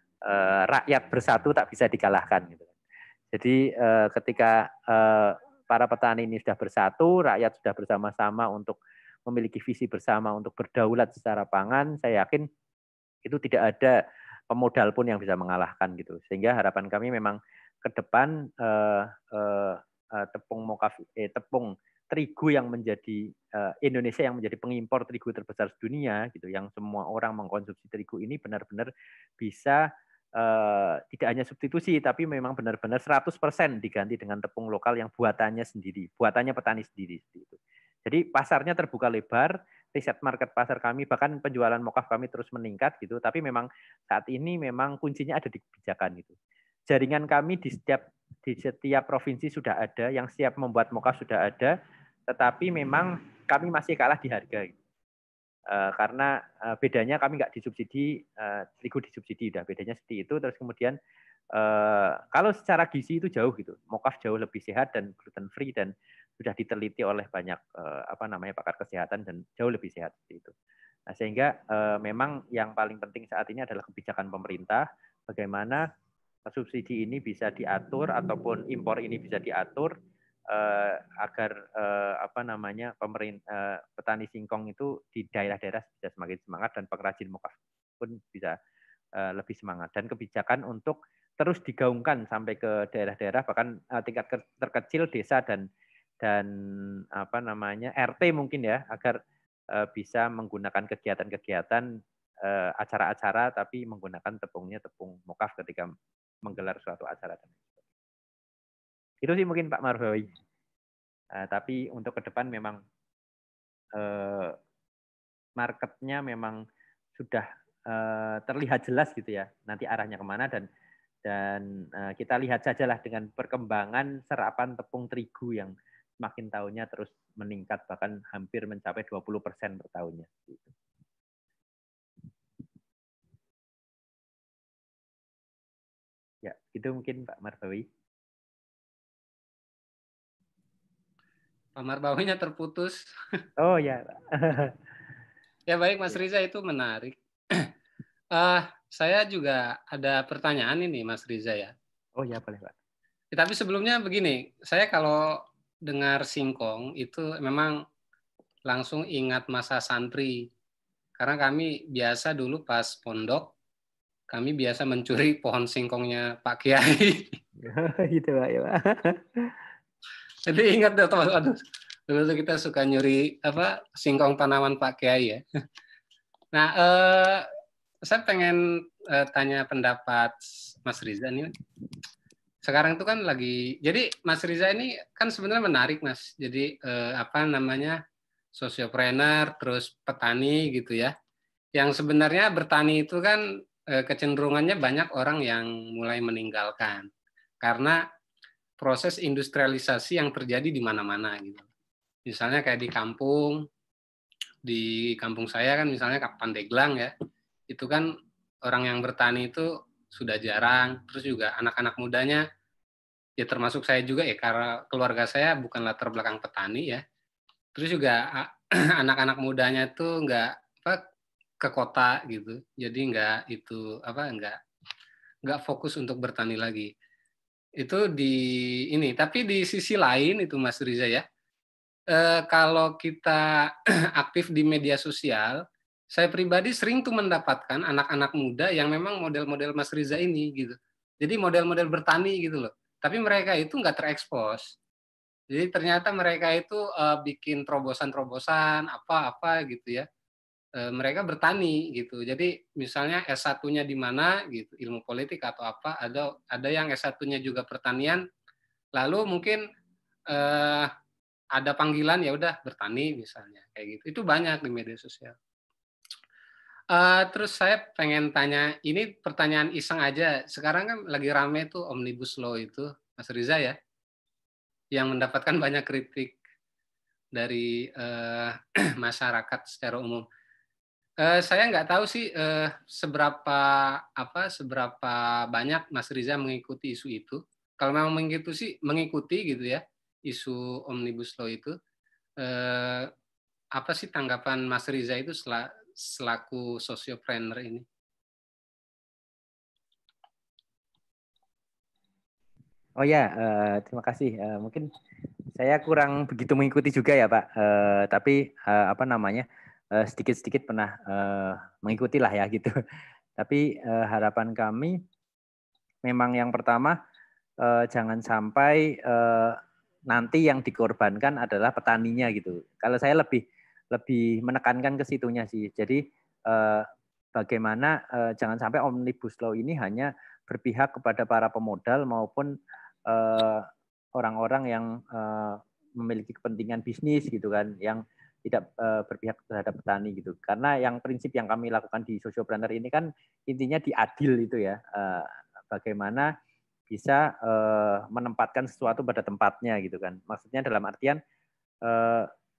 rakyat bersatu tak bisa dikalahkan gitu. Jadi eh, ketika eh, para petani ini sudah bersatu, rakyat sudah bersama-sama untuk memiliki visi bersama untuk berdaulat secara pangan, saya yakin itu tidak ada pemodal pun yang bisa mengalahkan gitu. Sehingga harapan kami memang ke depan eh, eh, tepung mokaf, eh, tepung terigu yang menjadi eh, Indonesia yang menjadi pengimpor terigu terbesar dunia gitu, yang semua orang mengkonsumsi terigu ini benar-benar bisa Uh, tidak hanya substitusi, tapi memang benar-benar seratus persen diganti dengan tepung lokal yang buatannya sendiri, buatannya petani sendiri. Gitu. Jadi pasarnya terbuka lebar, riset market pasar kami, bahkan penjualan mokaf kami terus meningkat gitu. Tapi memang saat ini memang kuncinya ada di kebijakan gitu. Jaringan kami di setiap di setiap provinsi sudah ada, yang siap membuat mokaf sudah ada, tetapi memang kami masih kalah di harga. Gitu. Uh, karena uh, bedanya kami nggak disubsidi, uh, terigu disubsidi, udah bedanya seperti itu. Terus kemudian uh, kalau secara gizi itu jauh gitu, mokaf jauh lebih sehat dan gluten free dan sudah diteliti oleh banyak uh, apa namanya pakar kesehatan dan jauh lebih sehat seperti itu. Nah, sehingga uh, memang yang paling penting saat ini adalah kebijakan pemerintah, bagaimana subsidi ini bisa diatur ataupun impor ini bisa diatur Uh, agar uh, apa namanya pemerintah uh, petani singkong itu di daerah-daerah bisa semakin semangat dan pengrajin mokaf pun bisa uh, lebih semangat, dan kebijakan untuk terus digaungkan sampai ke daerah-daerah bahkan uh, tingkat terkecil desa dan dan apa namanya R T mungkin ya, agar uh, bisa menggunakan kegiatan-kegiatan uh, acara-acara tapi menggunakan tepungnya tepung mokaf ketika menggelar suatu acara. Itu sih mungkin Pak Marbawi. Uh, tapi untuk ke depan memang uh, marketnya memang sudah uh, terlihat jelas gitu ya. Nanti arahnya kemana, dan dan uh, kita lihat sajalah dengan perkembangan serapan tepung terigu yang semakin tahunnya terus meningkat, bahkan hampir mencapai dua puluh persen per tahunnya. Gitu. Ya, itu mungkin Pak Marbawi. Pak Marbawinya terputus. Oh ya. Ya baik Mas Riza, itu menarik. uh, saya juga ada pertanyaan ini Mas Riza ya. Oh ya, boleh Pak. Ya, tapi sebelumnya begini, saya kalau dengar singkong itu memang langsung ingat masa santri. Karena kami biasa dulu pas pondok, kami biasa mencuri pohon singkongnya Pak Kiai. Gitu Pak ya Pak. Jadi ingat deh, aduh, dulu tuh kita suka nyuri apa singkong tanaman Pak Kiai ya. Nah, eh, saya pengen eh, tanya pendapat Mas Riza nih. Sekarang itu kan lagi, jadi Mas Riza ini kan sebenarnya menarik Mas. Jadi eh, apa namanya sosiopreneur, terus petani gitu ya. Yang sebenarnya bertani itu kan eh, kecenderungannya banyak orang yang mulai meninggalkan karena proses industrialisasi yang terjadi di mana-mana gitu. Misalnya kayak di kampung, di kampung saya kan misalnya Pandeglang ya, itu kan orang yang bertani itu sudah jarang, terus juga anak-anak mudanya, ya termasuk saya juga ya, karena keluarga saya bukan latar belakang petani ya, terus juga anak-anak mudanya itu nggak apa, ke kota gitu, jadi nggak itu apa nggak nggak fokus untuk bertani lagi. Itu di ini, tapi di sisi lain itu Mas Riza ya, eh, kalau kita aktif di media sosial, saya pribadi sering tuh mendapatkan anak-anak muda yang memang model-model Mas Riza ini gitu. Jadi model-model bertani gitu loh. Tapi mereka itu nggak terekspos. Jadi ternyata mereka itu uh, bikin terobosan-terobosan apa-apa gitu ya. E, mereka bertani gitu. Jadi misalnya S satunya di mana gitu, ilmu politik atau apa, ada ada yang S satunya juga pertanian, lalu mungkin eh, ada panggilan ya udah bertani misalnya kayak gitu. Itu banyak di media sosial. Uh, terus saya pengen tanya, ini pertanyaan iseng aja. Sekarang kan lagi rame tuh Omnibus Law itu, Mas Riza ya, yang mendapatkan banyak kritik dari uh, masyarakat secara umum. Uh, saya nggak tahu sih uh, seberapa apa seberapa banyak Mas Riza mengikuti isu itu. Kalau memang mengikuti sih mengikuti gitu ya isu Omnibus Law itu. Uh, apa sih tanggapan Mas Riza itu selaku sosiopreneur ini? Oh ya, uh, terima kasih. Uh, mungkin saya kurang begitu mengikuti juga ya Pak. Uh, tapi uh, apa namanya uh, sedikit-sedikit pernah uh, mengikuti lah ya gitu. Tapi uh, harapan kami memang yang pertama uh, jangan sampai uh, nanti yang dikorbankan adalah petaninya gitu. Kalau saya lebih lebih menekankan ke situnya sih. Jadi uh, bagaimana uh, jangan sampai Omnibus Law ini hanya berpihak kepada para pemodal maupun orang-orang uh, yang uh, memiliki kepentingan bisnis gitu kan, yang tidak uh, berpihak terhadap petani gitu. Karena yang prinsip yang kami lakukan di Sosiopreneur ini kan intinya di adil itu ya, uh, bagaimana bisa uh, menempatkan sesuatu pada tempatnya gitu kan. Maksudnya dalam artian uh,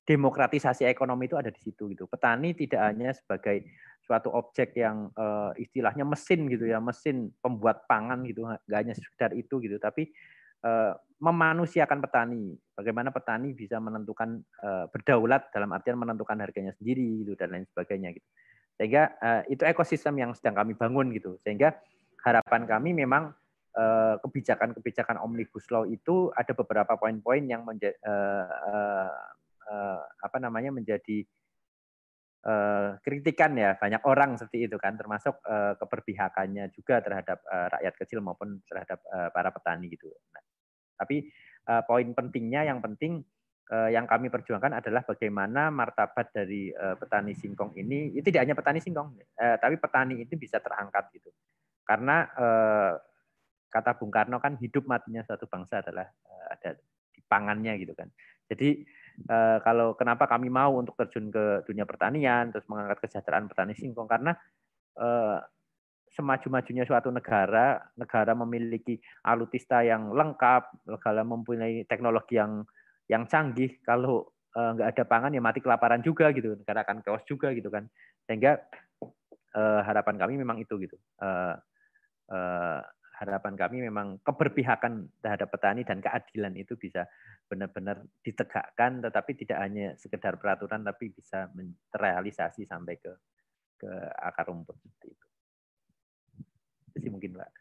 demokratisasi ekonomi itu ada di situ gitu. Petani tidak hanya sebagai suatu objek yang uh, istilahnya mesin gitu ya, mesin pembuat pangan gitu, nggak hanya sekedar itu gitu, tapi uh, memanusiakan petani. Bagaimana petani bisa menentukan uh, berdaulat dalam artian menentukan harganya sendiri gitu dan lain sebagainya gitu. Sehingga uh, itu ekosistem yang sedang kami bangun gitu. Sehingga harapan kami memang kebijakan-kebijakan Omnibus Law itu ada beberapa poin-poin yang menjadi uh, uh, uh, apa namanya menjadi uh, kritikan ya banyak orang seperti itu kan, termasuk uh, keberpihakannya juga terhadap uh, rakyat kecil maupun terhadap uh, para petani gitu. Nah, tapi uh, poin pentingnya yang penting uh, yang kami perjuangkan adalah bagaimana martabat dari uh, petani singkong ini, itu tidak hanya petani singkong, uh, tapi petani itu bisa terangkat gitu, karena uh, kata Bung Karno kan hidup matinya suatu bangsa adalah uh, ada di pangannya gitu kan. Jadi uh, kalau kenapa kami mau untuk terjun ke dunia pertanian terus mengangkat kesejahteraan petani singkong, karena uh, semaju-majunya suatu negara, negara memiliki alutsista yang lengkap, negara mempunyai teknologi yang yang canggih, kalau uh, nggak ada pangan ya mati kelaparan juga gitu, negara akan chaos juga gitu kan. Sehingga uh, harapan kami memang itu gitu. Uh, uh, Harapan kami memang keberpihakan terhadap petani dan keadilan itu bisa benar-benar ditegakkan, tetapi tidak hanya sekedar peraturan, tapi bisa terrealisasi sampai ke ke akar rumput seperti itu. Itu sih mungkin, Pak.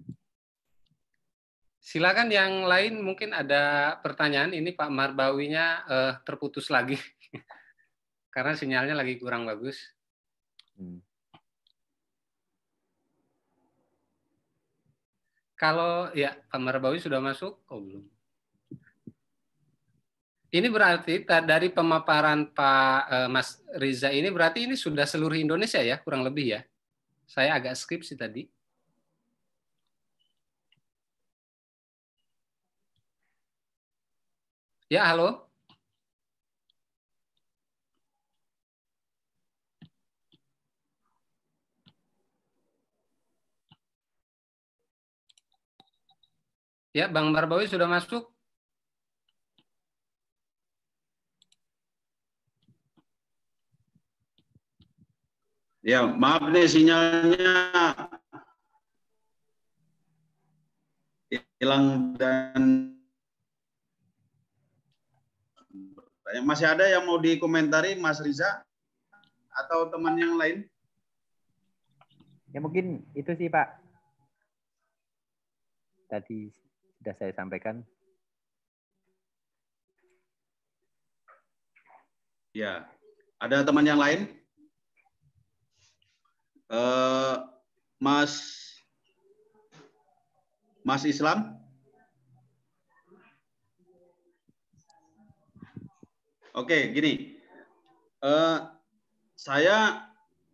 Silakan yang lain, mungkin ada pertanyaan. Ini Pak Marbawinya eh, terputus lagi karena sinyalnya lagi kurang bagus. Hmm. Kalau ya Pak Marbawi sudah masuk, oh belum. Ini berarti dari pemaparan Pak eh, Mas Riza ini berarti ini sudah seluruh Indonesia ya, kurang lebih ya. Saya agak skip sih tadi. Ya, halo. Ya, Bang Marbawi sudah masuk. Ya, maaf nih sinyalnya hilang dan masih ada yang mau dikomentari Mas Riza atau teman yang lain? Ya mungkin itu sih Pak. Tadi sudah saya sampaikan. Ya, ada teman yang lain? Uh, Mas Mas Islam? Oke, gini. Uh, saya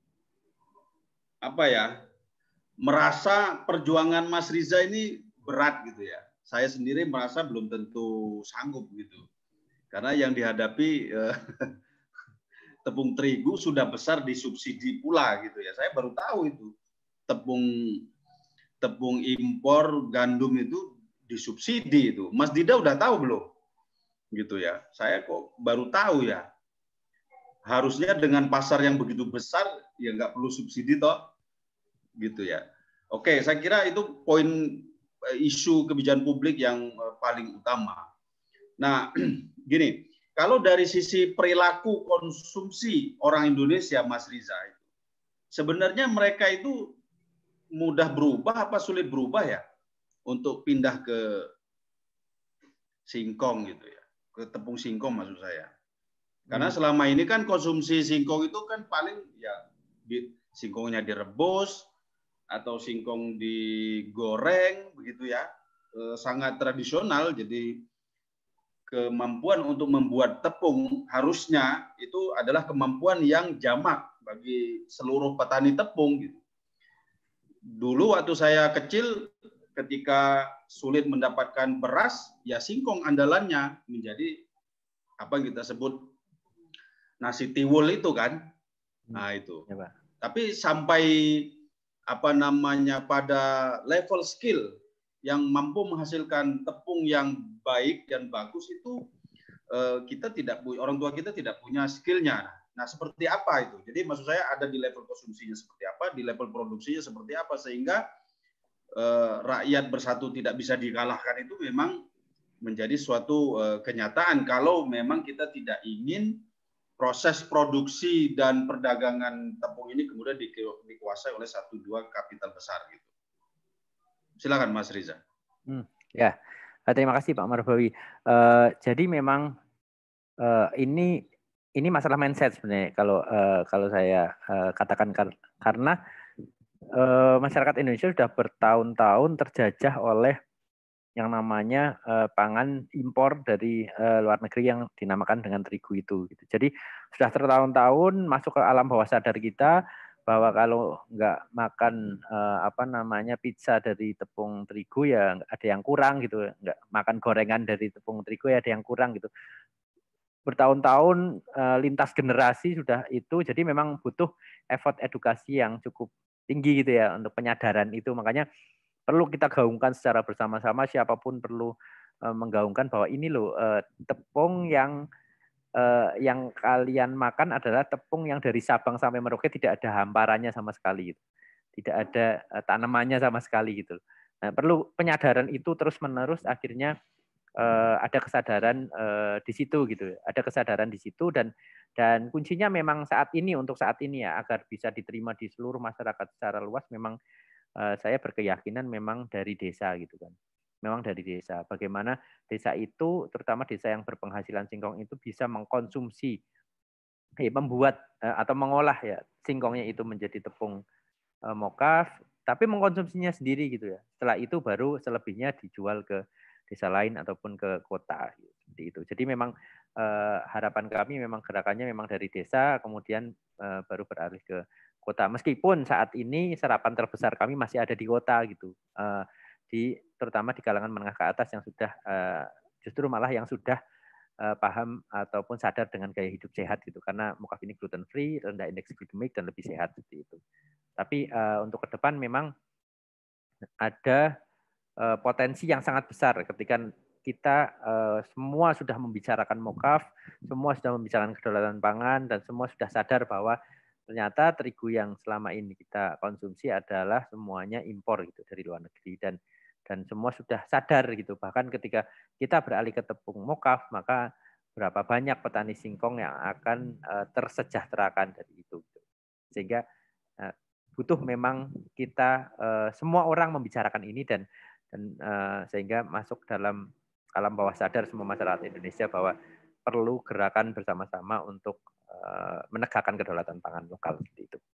apa ya? Merasa perjuangan Mas Riza ini berat gitu ya. Saya sendiri merasa belum tentu sanggup gitu. Karena yang dihadapi uh, tepung terigu sudah besar disubsidi pula gitu ya. Saya baru tahu itu. Tepung tepung impor gandum itu disubsidi itu. Mas Dida udah tahu belum? Gitu ya. Saya kok baru tahu ya. Harusnya dengan pasar yang begitu besar ya nggak perlu subsidi toh. Gitu ya. Oke, saya kira itu poin isu kebijakan publik yang paling utama. Nah, gini, kalau dari sisi perilaku konsumsi orang Indonesia, Mas Riza, sebenarnya mereka itu mudah berubah apa sulit berubah ya untuk pindah ke singkong gitu ya, ke tepung singkong maksud saya. Karena hmm. selama ini kan konsumsi singkong itu kan paling ya singkongnya direbus atau singkong digoreng begitu ya, e, sangat tradisional. Jadi kemampuan untuk membuat tepung harusnya itu adalah kemampuan yang jamak bagi seluruh petani tepung gitu. Dulu waktu saya kecil ketika sulit mendapatkan beras, ya singkong andalannya menjadi apa yang kita sebut nasi tiwul itu kan. Nah itu. Ya, Pak. Tapi sampai apa namanya pada level skill yang mampu menghasilkan tepung yang baik dan bagus itu kita tidak orang tua kita tidak punya skillnya. Nah, seperti apa itu? Jadi maksud saya ada di level konsumsinya seperti apa, di level produksinya seperti apa, sehingga eh, rakyat bersatu tidak bisa dikalahkan itu memang menjadi suatu eh, kenyataan kalau memang kita tidak ingin proses produksi dan perdagangan tepung ini kemudian dikuasai oleh satu dua kapital besar gitu. Silakan Mas Riza. Hmm, ya, terima kasih Pak Marbawi. Uh, jadi memang uh, ini ini masalah mindset sebenarnya kalau uh, kalau saya uh, katakan kar karena uh, masyarakat Indonesia sudah bertahun-tahun terjajah oleh yang namanya uh, pangan impor dari uh, luar negeri yang dinamakan dengan terigu itu. Gitu. Jadi sudah bertahun-tahun masuk ke alam bawah sadar kita bahwa kalau nggak makan uh, apa namanya pizza dari tepung terigu ya ada yang kurang gitu, nggak makan gorengan dari tepung terigu ya ada yang kurang gitu. Bertahun-tahun uh, lintas generasi sudah itu, jadi memang butuh effort edukasi yang cukup tinggi gitu ya untuk penyadaran itu, makanya perlu kita gaungkan secara bersama-sama, siapapun perlu uh, menggaungkan bahwa ini loh uh, tepung yang uh, yang kalian makan adalah tepung yang dari Sabang sampai Merauke tidak ada hamparannya sama sekali, gitu. Tidak ada uh, tanamannya sama sekali gitu. Nah, perlu penyadaran itu terus-menerus, akhirnya uh, ada kesadaran uh, di situ gitu, ada kesadaran di situ dan dan kuncinya memang saat ini untuk saat ini ya agar bisa diterima di seluruh masyarakat secara luas memang Uh, saya berkeyakinan memang dari desa gitu kan, memang dari desa. Bagaimana desa itu, terutama desa yang berpenghasilan singkong itu bisa mengkonsumsi, eh, membuat uh, atau mengolah ya singkongnya itu menjadi tepung uh, mokaf, tapi mengkonsumsinya sendiri gitu ya. Setelah itu baru selebihnya dijual ke desa lain ataupun ke kota seperti itu. Jadi memang uh, harapan kami memang gerakannya memang dari desa, kemudian uh, baru beralih ke kota. Meskipun saat ini serapan terbesar kami masih ada di kota gitu, uh, di terutama di kalangan menengah ke atas yang sudah uh, justru malah yang sudah uh, paham ataupun sadar dengan gaya hidup sehat gitu, karena mokaf ini gluten free, rendah indeks glikemik dan lebih sehat seperti itu. Tapi uh, untuk ke depan memang ada uh, potensi yang sangat besar ketika kita uh, semua sudah membicarakan mokaf, semua sudah membicarakan kedaulatan pangan, dan semua sudah sadar bahwa ternyata terigu yang selama ini kita konsumsi adalah semuanya impor gitu dari luar negeri, dan dan semua sudah sadar gitu. Bahkan ketika kita beralih ke tepung mokaf, maka berapa banyak petani singkong yang akan uh, tersejahterakan dari itu. Sehingga uh, butuh memang kita uh, semua orang membicarakan ini dan dan uh, sehingga masuk dalam alam bawah sadar semua masyarakat Indonesia bahwa perlu gerakan bersama-sama untuk menegakkan kedaulatan pangan lokal seperti itu.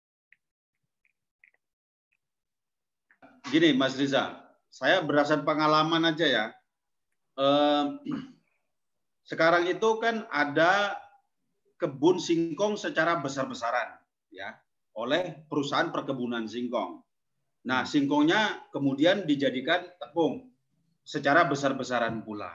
Gini Mas Riza, saya berdasarkan pengalaman aja ya. Eh, sekarang itu kan ada kebun singkong secara besar-besaran ya oleh perusahaan perkebunan singkong. Nah, singkongnya kemudian dijadikan tepung secara besar-besaran pula.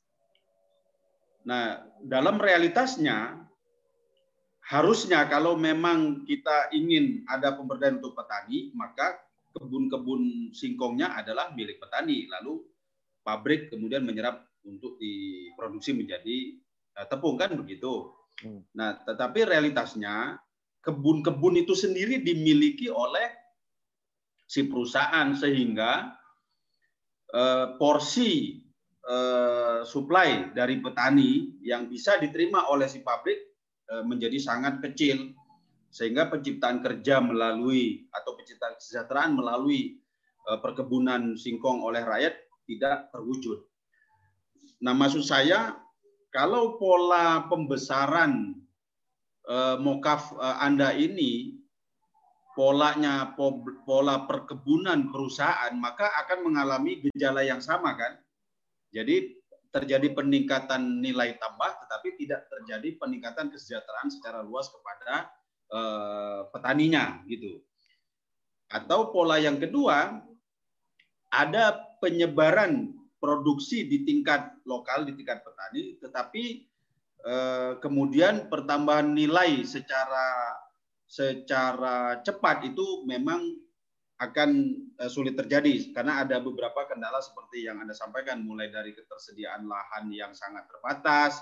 Nah, dalam realitasnya harusnya kalau memang kita ingin ada pemberdayaan untuk petani, maka kebun-kebun singkongnya adalah milik petani. Lalu pabrik kemudian menyerap untuk diproduksi menjadi tepung, kan begitu. Nah, tetapi realitasnya kebun-kebun itu sendiri dimiliki oleh si perusahaan, sehingga eh, porsi eh, supply dari petani yang bisa diterima oleh si pabrik menjadi sangat kecil, sehingga penciptaan kerja melalui atau penciptaan kesejahteraan melalui perkebunan singkong oleh rakyat tidak terwujud. Nah, maksud saya kalau pola pembesaran eh, mokaf eh, Anda ini polanya pola perkebunan perusahaan, maka akan mengalami gejala yang sama kan? Jadi terjadi peningkatan nilai tambah, tetapi tidak terjadi peningkatan kesejahteraan secara luas kepada eh, petaninya, gitu. Atau pola yang kedua, ada penyebaran produksi di tingkat lokal, di tingkat petani, tetapi eh, kemudian pertambahan nilai secara secara cepat itu memang akan sulit terjadi karena ada beberapa kendala seperti yang Anda sampaikan, mulai dari ketersediaan lahan yang sangat terbatas,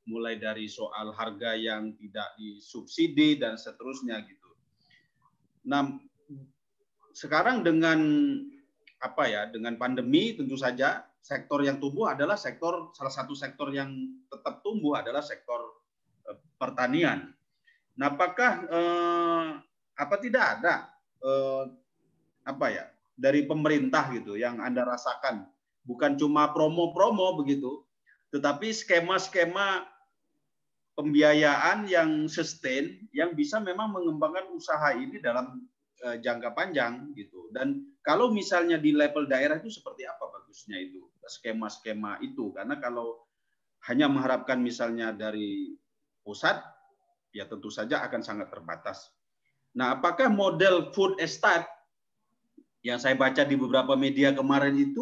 mulai dari soal harga yang tidak disubsidi dan seterusnya gitu. Nah, sekarang dengan apa ya, dengan pandemi tentu saja sektor yang tumbuh adalah sektor, salah satu sektor yang tetap tumbuh adalah sektor eh, pertanian. Nah, apakah eh, apa tidak ada eh, apa ya dari pemerintah gitu yang Anda rasakan, bukan cuma promo-promo begitu, tetapi skema-skema pembiayaan yang sustain yang bisa memang mengembangkan usaha ini dalam uh, jangka panjang gitu. Dan kalau misalnya di level daerah itu seperti apa bagusnya itu skema-skema itu, karena kalau hanya mengharapkan misalnya dari pusat ya tentu saja akan sangat terbatas. Nah, apakah model food estate yang saya baca di beberapa media kemarin itu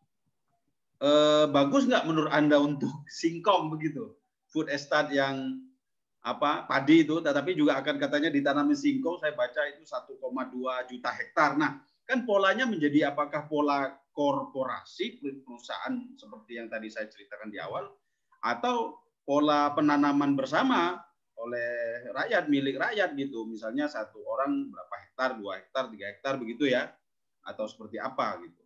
eh, bagus nggak menurut Anda untuk singkong begitu? Food estate yang apa padi itu, tetapi juga akan katanya ditanami singkong. Saya baca itu satu koma dua juta hektar. Nah, kan polanya menjadi apakah pola korporasi perusahaan seperti yang tadi saya ceritakan di awal, atau pola penanaman bersama oleh rakyat, milik rakyat gitu. Misalnya satu orang berapa hektar, dua hektar, tiga hektar begitu ya, atau seperti apa gitu.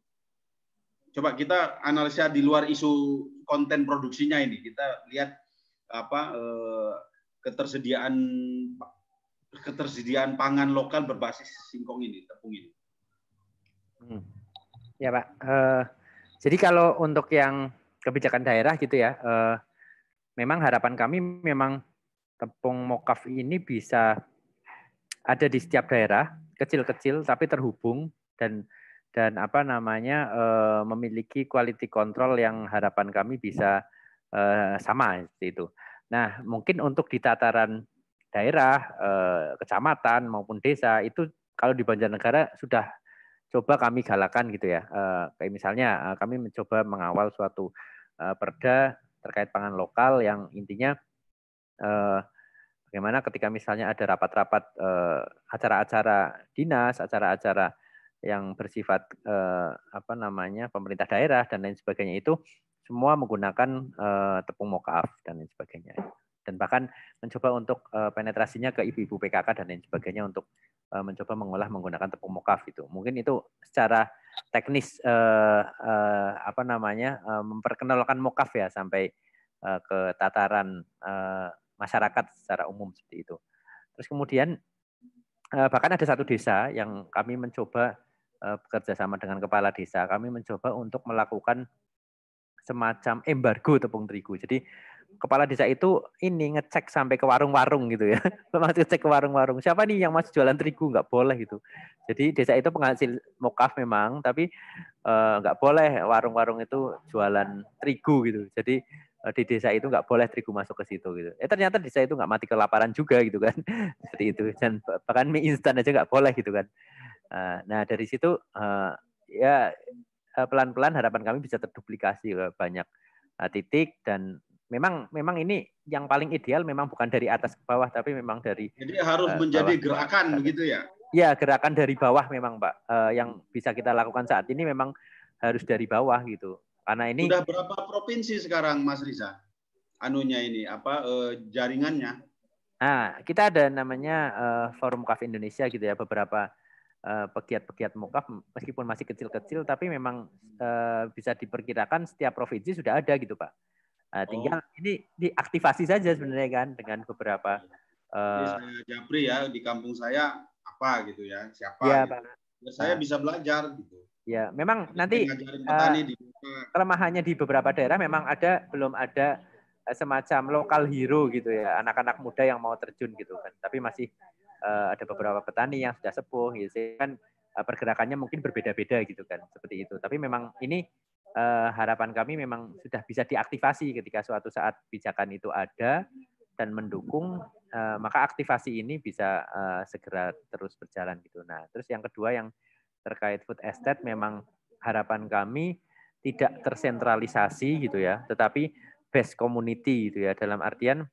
Coba kita analisa di luar isu konten produksinya ini. Kita lihat apa eh, ketersediaan ketersediaan pangan lokal berbasis singkong ini, tepung ini. Hmm. Ya Pak. Uh, jadi kalau untuk yang kebijakan daerah gitu ya, uh, memang harapan kami memang tepung mokaf ini bisa ada di setiap daerah, kecil-kecil tapi terhubung dan dan apa namanya uh, memiliki quality control yang harapan kami bisa uh, sama seperti itu. Nah, mungkin untuk di tataran daerah, eh, kecamatan maupun desa itu kalau di Banjarnegara sudah coba kami galakan gitu ya. Eh, kayak misalnya eh, kami mencoba mengawal suatu eh, perda terkait pangan lokal yang intinya eh, bagaimana ketika misalnya ada rapat-rapat eh, acara-acara dinas, acara-acara yang bersifat eh, apa namanya pemerintah daerah dan lain sebagainya itu semua menggunakan uh, tepung mokaf dan lain sebagainya. Dan bahkan mencoba untuk uh, penetrasinya ke ibu-ibu P K K dan lain sebagainya untuk uh, mencoba mengolah menggunakan tepung mokaf itu. Mungkin itu secara teknis uh, uh, apa namanya uh, memperkenalkan mokaf ya sampai uh, ke tataran uh, masyarakat secara umum seperti itu. Terus kemudian uh, bahkan ada satu desa yang kami mencoba uh, bekerja sama dengan kepala desa, kami mencoba untuk melakukan semacam embargo tepung terigu. Jadi kepala desa itu ini ngecek sampai ke warung-warung gitu ya. Masih ngecek ke warung-warung. Siapa nih yang masih jualan terigu? Nggak boleh gitu. Jadi desa itu penghasil mokaf memang, tapi eh, nggak boleh warung-warung itu jualan terigu gitu. Jadi eh, di desa itu nggak boleh terigu masuk ke situ gitu. Eh ternyata desa itu nggak mati kelaparan juga gitu kan. Seperti itu. Dan bahkan mie instan aja nggak boleh gitu kan. Nah dari situ eh, ya pelan-pelan harapan kami bisa terduplikasi ke banyak titik dan memang memang ini yang paling ideal memang bukan dari atas ke bawah tapi memang dari jadi harus uh, menjadi bawah. Gerakan begitu ya. Ya, gerakan dari bawah memang, Pak. Uh, yang bisa kita lakukan saat ini memang harus dari bawah gitu. Karena ini sudah berapa provinsi sekarang Mas Riza? Anunya ini apa uh, jaringannya? Nah, kita ada namanya uh, Forum Mokaf Indonesia gitu ya, beberapa pegiat-pegiat mokaf meskipun masih kecil-kecil tapi memang uh, bisa diperkirakan setiap provinsi sudah ada gitu Pak. Nah, tinggal oh. ini diaktifasi saja sebenarnya kan dengan beberapa. Uh, saya Japri ya di kampung saya apa gitu ya siapa? Ya, gitu. Pak. Ya, saya nah. bisa belajar gitu. Ya, memang nanti uh, di kelemahannya di beberapa daerah memang ada belum ada semacam lokal hero gitu ya anak-anak muda yang mau terjun gitu kan. Tapi masih Uh, ada beberapa petani yang sudah sepuh, gitu kan uh, pergerakannya mungkin berbeda-beda gitu kan, seperti itu. Tapi memang ini uh, harapan kami memang sudah bisa diaktifasi ketika suatu saat kebijakan itu ada dan mendukung, uh, maka aktivasi ini bisa uh, segera terus berjalan gitu. Nah, terus yang kedua yang terkait food estate memang harapan kami tidak tersentralisasi gitu ya, tetapi base community gitu ya. Dalam artian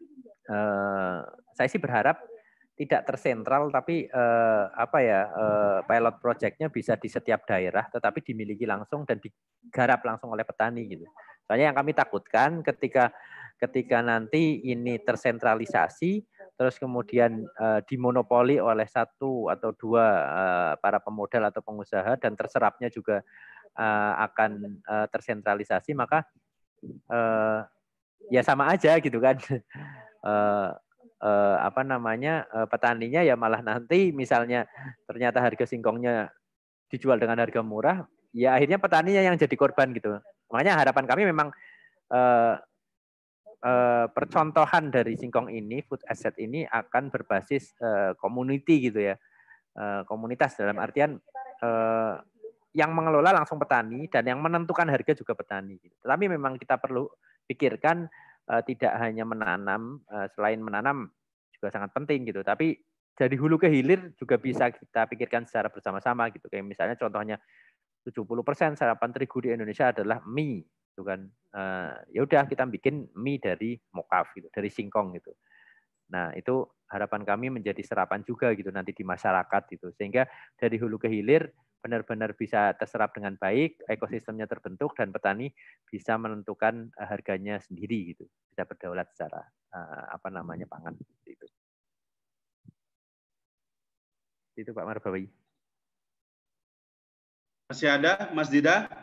uh, saya sih berharap tidak tersentral tapi eh, apa ya eh, pilot projectnya bisa di setiap daerah tetapi dimiliki langsung dan digarap langsung oleh petani gitu. Soalnya yang kami takutkan ketika ketika nanti ini tersentralisasi, terus kemudian uh, dimonopoli oleh satu atau dua uh, para pemodal atau pengusaha dan terserapnya juga uh, akan uh, tersentralisasi, maka uh, ya sama aja gitu kan. uh, uh, apa namanya uh, petaninya ya malah nanti misalnya ternyata harga singkongnya dijual dengan harga murah, ya akhirnya petaninya yang jadi korban gitu. Makanya harapan kami memang uh, Uh, percontohan dari singkong ini, food asset ini akan berbasis uh, community gitu ya, uh, komunitas dalam artian uh, yang mengelola langsung petani dan yang menentukan harga juga petani. Gitu. Tetapi memang kita perlu pikirkan uh, tidak hanya menanam, uh, selain menanam juga sangat penting gitu. Tapi dari hulu ke hilir juga bisa kita pikirkan secara bersama-sama gitu. Kayak misalnya contohnya tujuh puluh persen sarapan terigu di Indonesia adalah mie. Gitu kan, uh, ya udah kita bikin mie dari mokaf gitu, dari singkong gitu. Nah itu harapan kami menjadi serapan juga gitu nanti di masyarakat gitu, sehingga dari hulu ke hilir benar-benar bisa terserap dengan baik, ekosistemnya terbentuk dan petani bisa menentukan uh, harganya sendiri gitu, bisa berdaulat secara uh, apa namanya pangan itu. Itu Pak Marbawi. Masih ada Mas Dida?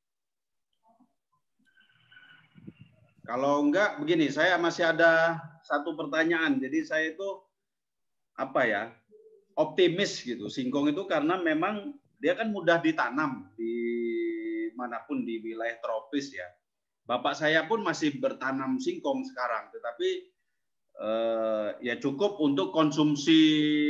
Kalau enggak, begini, saya masih ada satu pertanyaan. Jadi saya itu apa ya, optimis gitu. Singkong itu karena memang dia kan mudah ditanam di manapun di wilayah tropis ya. Bapak saya pun masih bertanam singkong sekarang, tetapi eh, ya cukup untuk konsumsi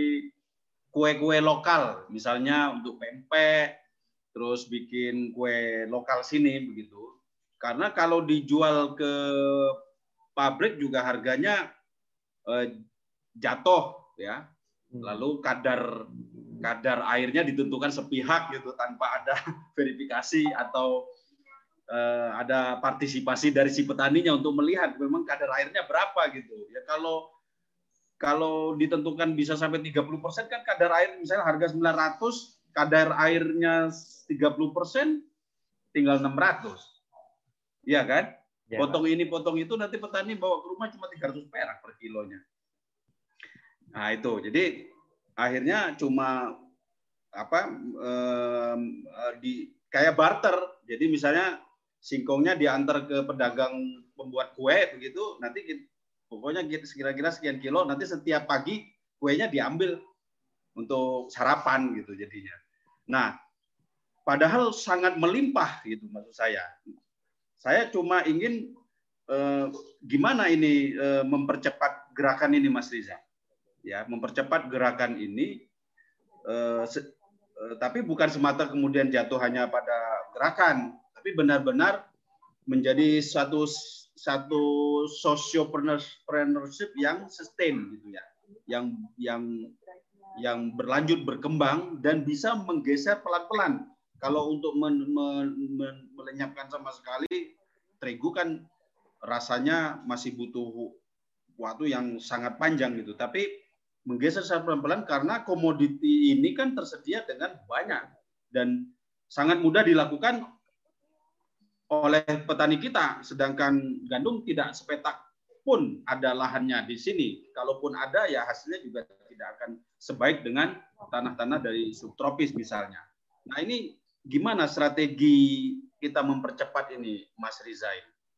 kue-kue lokal, misalnya untuk pempek, terus bikin kue lokal sini begitu. Karena kalau dijual ke pabrik juga harganya eh, jatuh ya. Lalu kadar kadar airnya ditentukan sepihak gitu tanpa ada verifikasi atau eh, ada partisipasi dari si petaninya untuk melihat memang kadar airnya berapa gitu. Ya kalau kalau ditentukan bisa sampai tiga puluh persen kan kadar air misalnya harga sembilan ratus, kadar airnya tiga puluh persen tinggal enam ratus. Iya kan? Ya, potong Pak. Ini, potong itu, nanti petani bawa ke rumah cuma tiga ratus perak per kilonya. Nah itu, jadi akhirnya cuma apa eh, di kayak barter. Jadi misalnya singkongnya diantar ke pedagang pembuat kue begitu, nanti kita, pokoknya kita kira-kira sekian kilo, nanti setiap pagi kuenya diambil untuk sarapan gitu jadinya. Nah, padahal sangat melimpah gitu maksud saya. Saya cuma ingin eh, gimana ini eh, mempercepat gerakan ini, Mas Riza. Ya, mempercepat gerakan ini, eh, se, eh, tapi bukan semata kemudian jatuh hanya pada gerakan, tapi benar-benar menjadi satu satu sociopreneurship yang sustain gitu ya, yang yang yang berlanjut berkembang dan bisa menggeser pelan-pelan. Kalau untuk men, men, men, melenyapkan sama sekali terigu kan rasanya masih butuh waktu yang sangat panjang gitu. Tapi menggeser secara pelan-pelan karena komoditi ini kan tersedia dengan banyak dan sangat mudah dilakukan oleh petani kita. Sedangkan gandum tidak sepetak pun ada lahannya di sini. Kalaupun ada ya hasilnya juga tidak akan sebaik dengan tanah-tanah dari subtropis misalnya. Nah ini gimana strategi kita mempercepat ini, Mas Riza?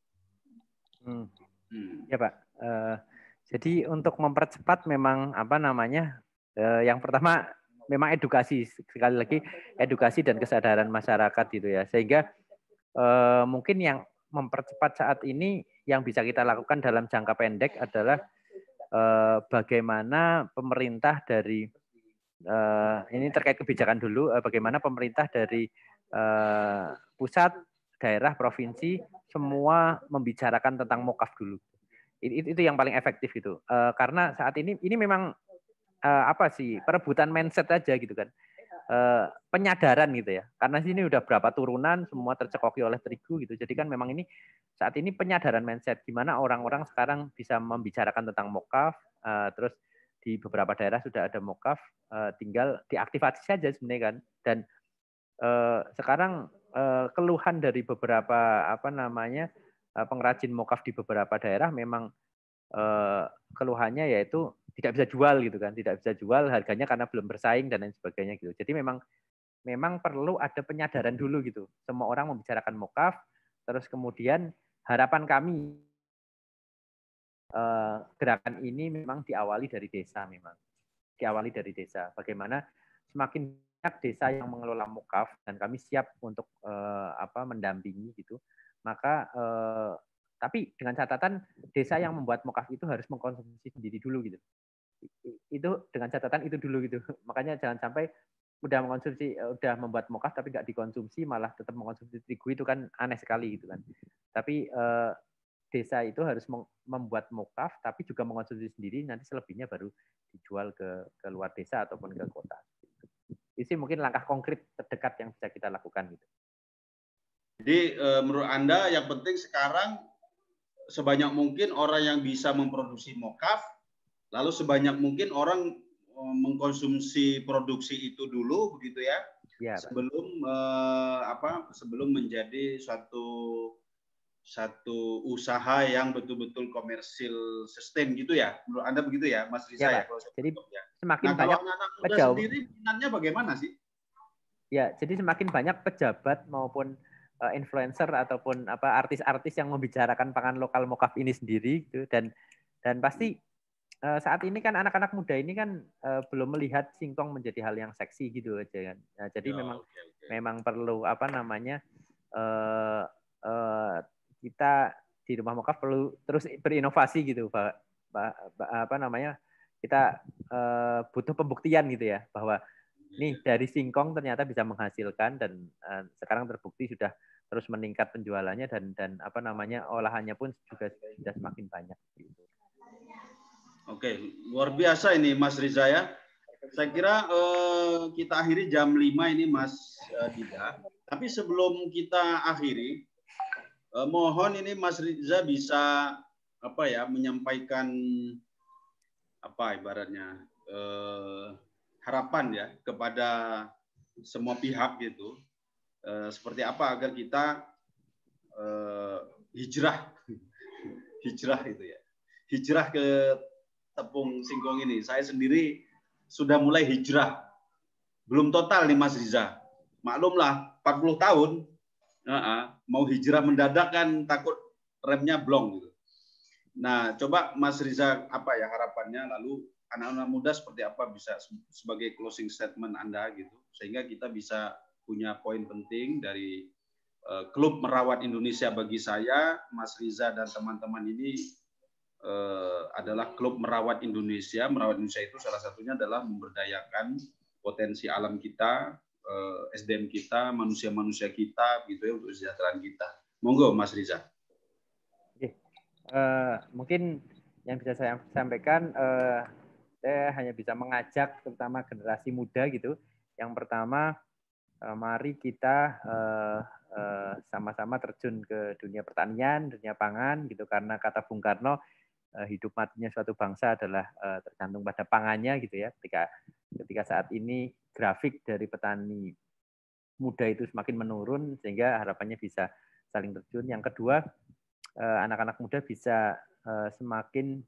Hmm. Hmm. Ya Pak. Uh, jadi untuk mempercepat memang apa namanya? Uh, yang pertama memang edukasi, sekali lagi edukasi dan kesadaran masyarakat gitu ya. Sehingga uh, mungkin yang mempercepat saat ini yang bisa kita lakukan dalam jangka pendek adalah uh, bagaimana pemerintah dari Uh, ini terkait kebijakan dulu, uh, bagaimana pemerintah dari uh, pusat, daerah, provinsi, semua membicarakan tentang mokaf dulu. Itu, itu yang paling efektif gitu. Uh, karena saat ini ini memang uh, apa sih perebutan mindset aja gitu kan, uh, penyadaran gitu ya. Karena sini udah berapa turunan semua tercekoki oleh terigu gitu. Jadi kan memang ini saat ini penyadaran mindset gimana orang-orang sekarang bisa membicarakan tentang mokaf, uh, terus di beberapa daerah sudah ada mokaf, uh, tinggal diaktifasi saja sebenarnya kan. Dan uh, sekarang uh, keluhan dari beberapa apa namanya pengrajin mokaf di beberapa daerah memang uh, keluhannya yaitu tidak bisa jual gitu kan, tidak bisa jual harganya karena belum bersaing dan lain sebagainya gitu. Jadi memang memang perlu ada penyadaran dulu gitu. Semua orang membicarakan mokaf, terus kemudian harapan kami uh, gerakan ini memang diawali dari desa memang. Diawali dari desa. Bagaimana semakin banyak desa yang mengelola mokaf dan kami siap untuk uh, apa mendampingi gitu. Maka uh, tapi dengan catatan desa yang membuat mokaf itu harus mengkonsumsi sendiri dulu gitu. Itu dengan catatan itu dulu gitu. Makanya jangan sampai udah mengkonsumsi, udah membuat mokaf tapi nggak dikonsumsi, malah tetap mengkonsumsi terigu, itu kan aneh sekali gitu kan. Tapi eh, desa itu harus membuat mokaf tapi juga mengkonsumsi sendiri, nanti selebihnya baru dijual ke, ke luar desa ataupun ke kota. Itu mungkin langkah konkret terdekat yang bisa kita lakukan gitu. Jadi eh, menurut Anda yang penting sekarang sebanyak mungkin orang yang bisa memproduksi mokaf, lalu sebanyak mungkin orang mengkonsumsi produksi itu dulu begitu ya, ya sebelum eh, apa sebelum menjadi suatu satu usaha yang betul-betul komersil sustain gitu ya, menurut Anda begitu ya Mas Riza ya, ya? Kalau jadi ya. Semakin nah, banyak kalau anak-anak muda pejabat sendiri minatnya bagaimana sih? Ya, jadi semakin banyak pejabat maupun uh, influencer ataupun apa artis-artis yang membicarakan pangan lokal mokaf ini sendiri gitu, dan dan pasti Uh, saat ini kan anak-anak muda ini kan uh, belum melihat singkong menjadi hal yang seksi gitu aja kan. Nah, jadi ya, memang okay, okay. memang perlu apa namanya uh, uh, kita di rumah mokaf perlu terus berinovasi gitu, Pak. Apa namanya kita uh, butuh pembuktian gitu ya bahwa nih dari singkong ternyata bisa menghasilkan dan uh, sekarang terbukti sudah terus meningkat penjualannya dan dan apa namanya olahannya pun juga sudah semakin banyak gitu. Oke, luar biasa ini Mas Riza ya. Saya kira eh, kita akhiri jam lima ini Mas eh, Dida. Tapi sebelum kita akhiri, eh, mohon ini Mas Riza bisa apa ya menyampaikan apa ibaratnya eh, harapan ya kepada semua pihak gitu. Eh, seperti apa agar kita eh, hijrah, hijrah itu ya, hijrah ke tepung singkong ini. Saya sendiri sudah mulai hijrah. Belum total nih Mas Riza. Maklumlah empat puluh tahun uh-uh, mau hijrah mendadak kan takut remnya blong gitu. Nah, coba Mas Riza apa ya harapannya, lalu anak-anak muda seperti apa bisa sebagai closing statement Anda gitu, sehingga kita bisa punya poin penting dari uh, klub merawat Indonesia. Bagi saya, Mas Riza dan teman-teman ini Uh, adalah klub merawat Indonesia. Merawat Indonesia itu salah satunya adalah memberdayakan potensi alam kita, uh, S D M kita, manusia-manusia kita, gitu ya, untuk kesejahteraan kita. Monggo, Mas Riza. Oke. Uh, mungkin yang bisa saya sampaikan, uh, saya hanya bisa mengajak terutama generasi muda gitu. Yang pertama, uh, mari kita uh, uh, sama-sama terjun ke dunia pertanian, dunia pangan, gitu. Karena kata Bung Karno, hidup matinya suatu bangsa adalah uh, tergantung pada pangannya gitu ya. Ketika ketika saat ini grafik dari petani muda itu semakin menurun sehingga harapannya bisa saling terjun. Yang kedua, uh, anak-anak muda bisa uh, semakin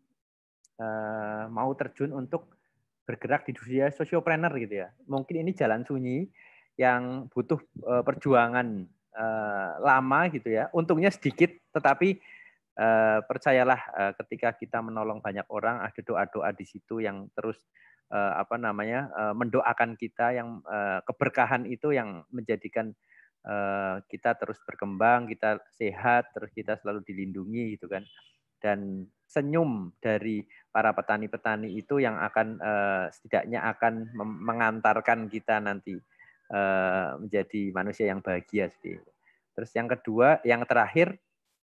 uh, mau terjun untuk bergerak di dunia sosiopreneur gitu ya. Mungkin ini jalan sunyi yang butuh uh, perjuangan uh, lama gitu ya. Untungnya sedikit, tetapi Uh, percayalah uh, ketika kita menolong banyak orang, ada doa-doa di situ yang terus uh, apa namanya uh, mendoakan kita, yang uh, keberkahan itu yang menjadikan uh, kita terus berkembang, kita sehat, terus kita selalu dilindungi gitu kan. Dan senyum dari para petani-petani itu yang akan uh, setidaknya akan mengantarkan kita nanti uh, menjadi manusia yang bahagia sih. Terus yang kedua, yang terakhir,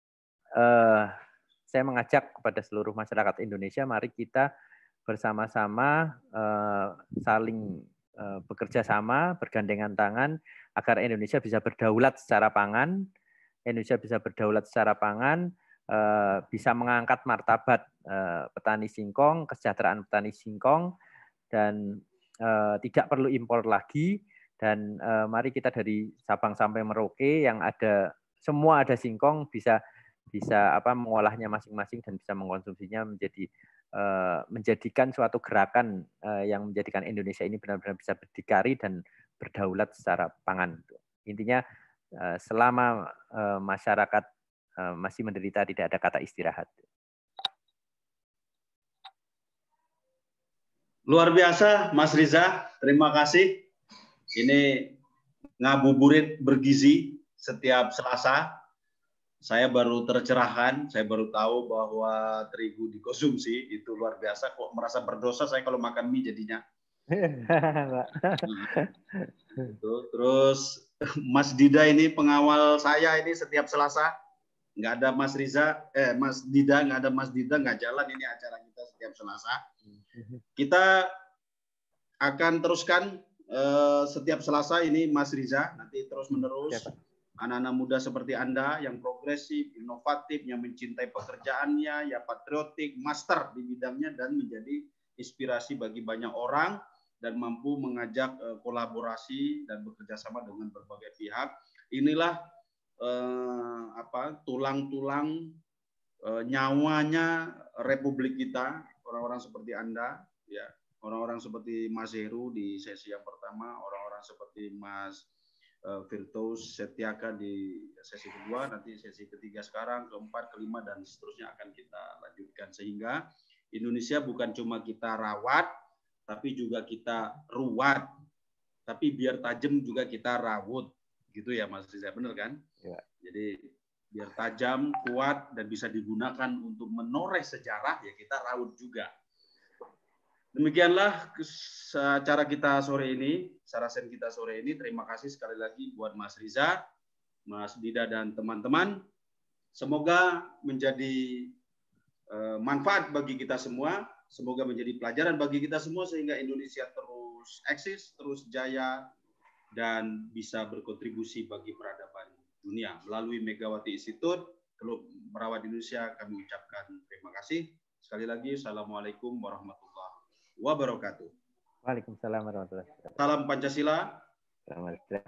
Uh, saya mengajak kepada seluruh masyarakat Indonesia, mari kita bersama-sama uh, saling uh, bekerja sama, bergandengan tangan, agar Indonesia bisa berdaulat secara pangan, Indonesia bisa berdaulat secara pangan, uh, bisa mengangkat martabat uh, petani singkong, kesejahteraan petani singkong, dan uh, tidak perlu impor lagi. Dan uh, mari kita dari Sabang sampai Merauke yang ada, semua ada singkong, bisa bisa apa mengolahnya masing-masing dan bisa mengkonsumsinya menjadi uh, menjadikan suatu gerakan uh, yang menjadikan Indonesia ini benar-benar bisa berdikari dan berdaulat secara pangan. Intinya uh, selama uh, masyarakat uh, masih menderita tidak ada kata istirahat. Luar biasa, Mas Riza. Terima kasih. Ini ngabuburit bergizi setiap Selasa. Saya baru tercerahkan, saya baru tahu bahwa terigu dikonsumsi, itu luar biasa. Kok merasa berdosa saya kalau makan mie jadinya. Terus Mas Dida ini pengawal saya ini setiap Selasa. Nggak ada Mas Riza, eh Mas Dida, nggak ada Mas Dida, nggak jalan ini acara kita setiap Selasa. Kita akan teruskan eh, setiap Selasa ini Mas Riza, nanti terus menerus. Siapa? Anak-anak muda seperti Anda yang progresif, inovatif, yang mencintai pekerjaannya, ya patriotik, master di bidangnya, dan menjadi inspirasi bagi banyak orang dan mampu mengajak uh, kolaborasi dan bekerja sama dengan berbagai pihak. Inilah uh, apa tulang-tulang uh, nyawanya Republik kita, orang-orang seperti Anda, ya, orang-orang seperti Mas Heru di sesi yang pertama, orang-orang seperti Mas Firdaus Setiaka di sesi kedua, nanti sesi ketiga sekarang, keempat, kelima, dan seterusnya akan kita lanjutkan. Sehingga Indonesia bukan cuma kita rawat, tapi juga kita ruwat. Tapi biar tajam juga kita rawut. Gitu ya Mas Riza, benar kan? Ya. Jadi biar tajam, kuat, dan bisa digunakan untuk menoreh sejarah, ya kita rawut juga. Demikianlah acara kita sore ini, sarasen kita sore ini. Terima kasih sekali lagi buat Mas Riza, Mas Dida, dan teman-teman. Semoga menjadi uh, manfaat bagi kita semua. Semoga menjadi pelajaran bagi kita semua sehingga Indonesia terus eksis, terus jaya, dan bisa berkontribusi bagi peradaban dunia. Melalui Megawati Institute, Klub Merawat Indonesia, kami ucapkan terima kasih. Sekali lagi, Assalamualaikum warahmatullahi wabarakatuh. Waalaikumsalam warahmatullahi wabarakatuh. Salam Pancasila. Salam.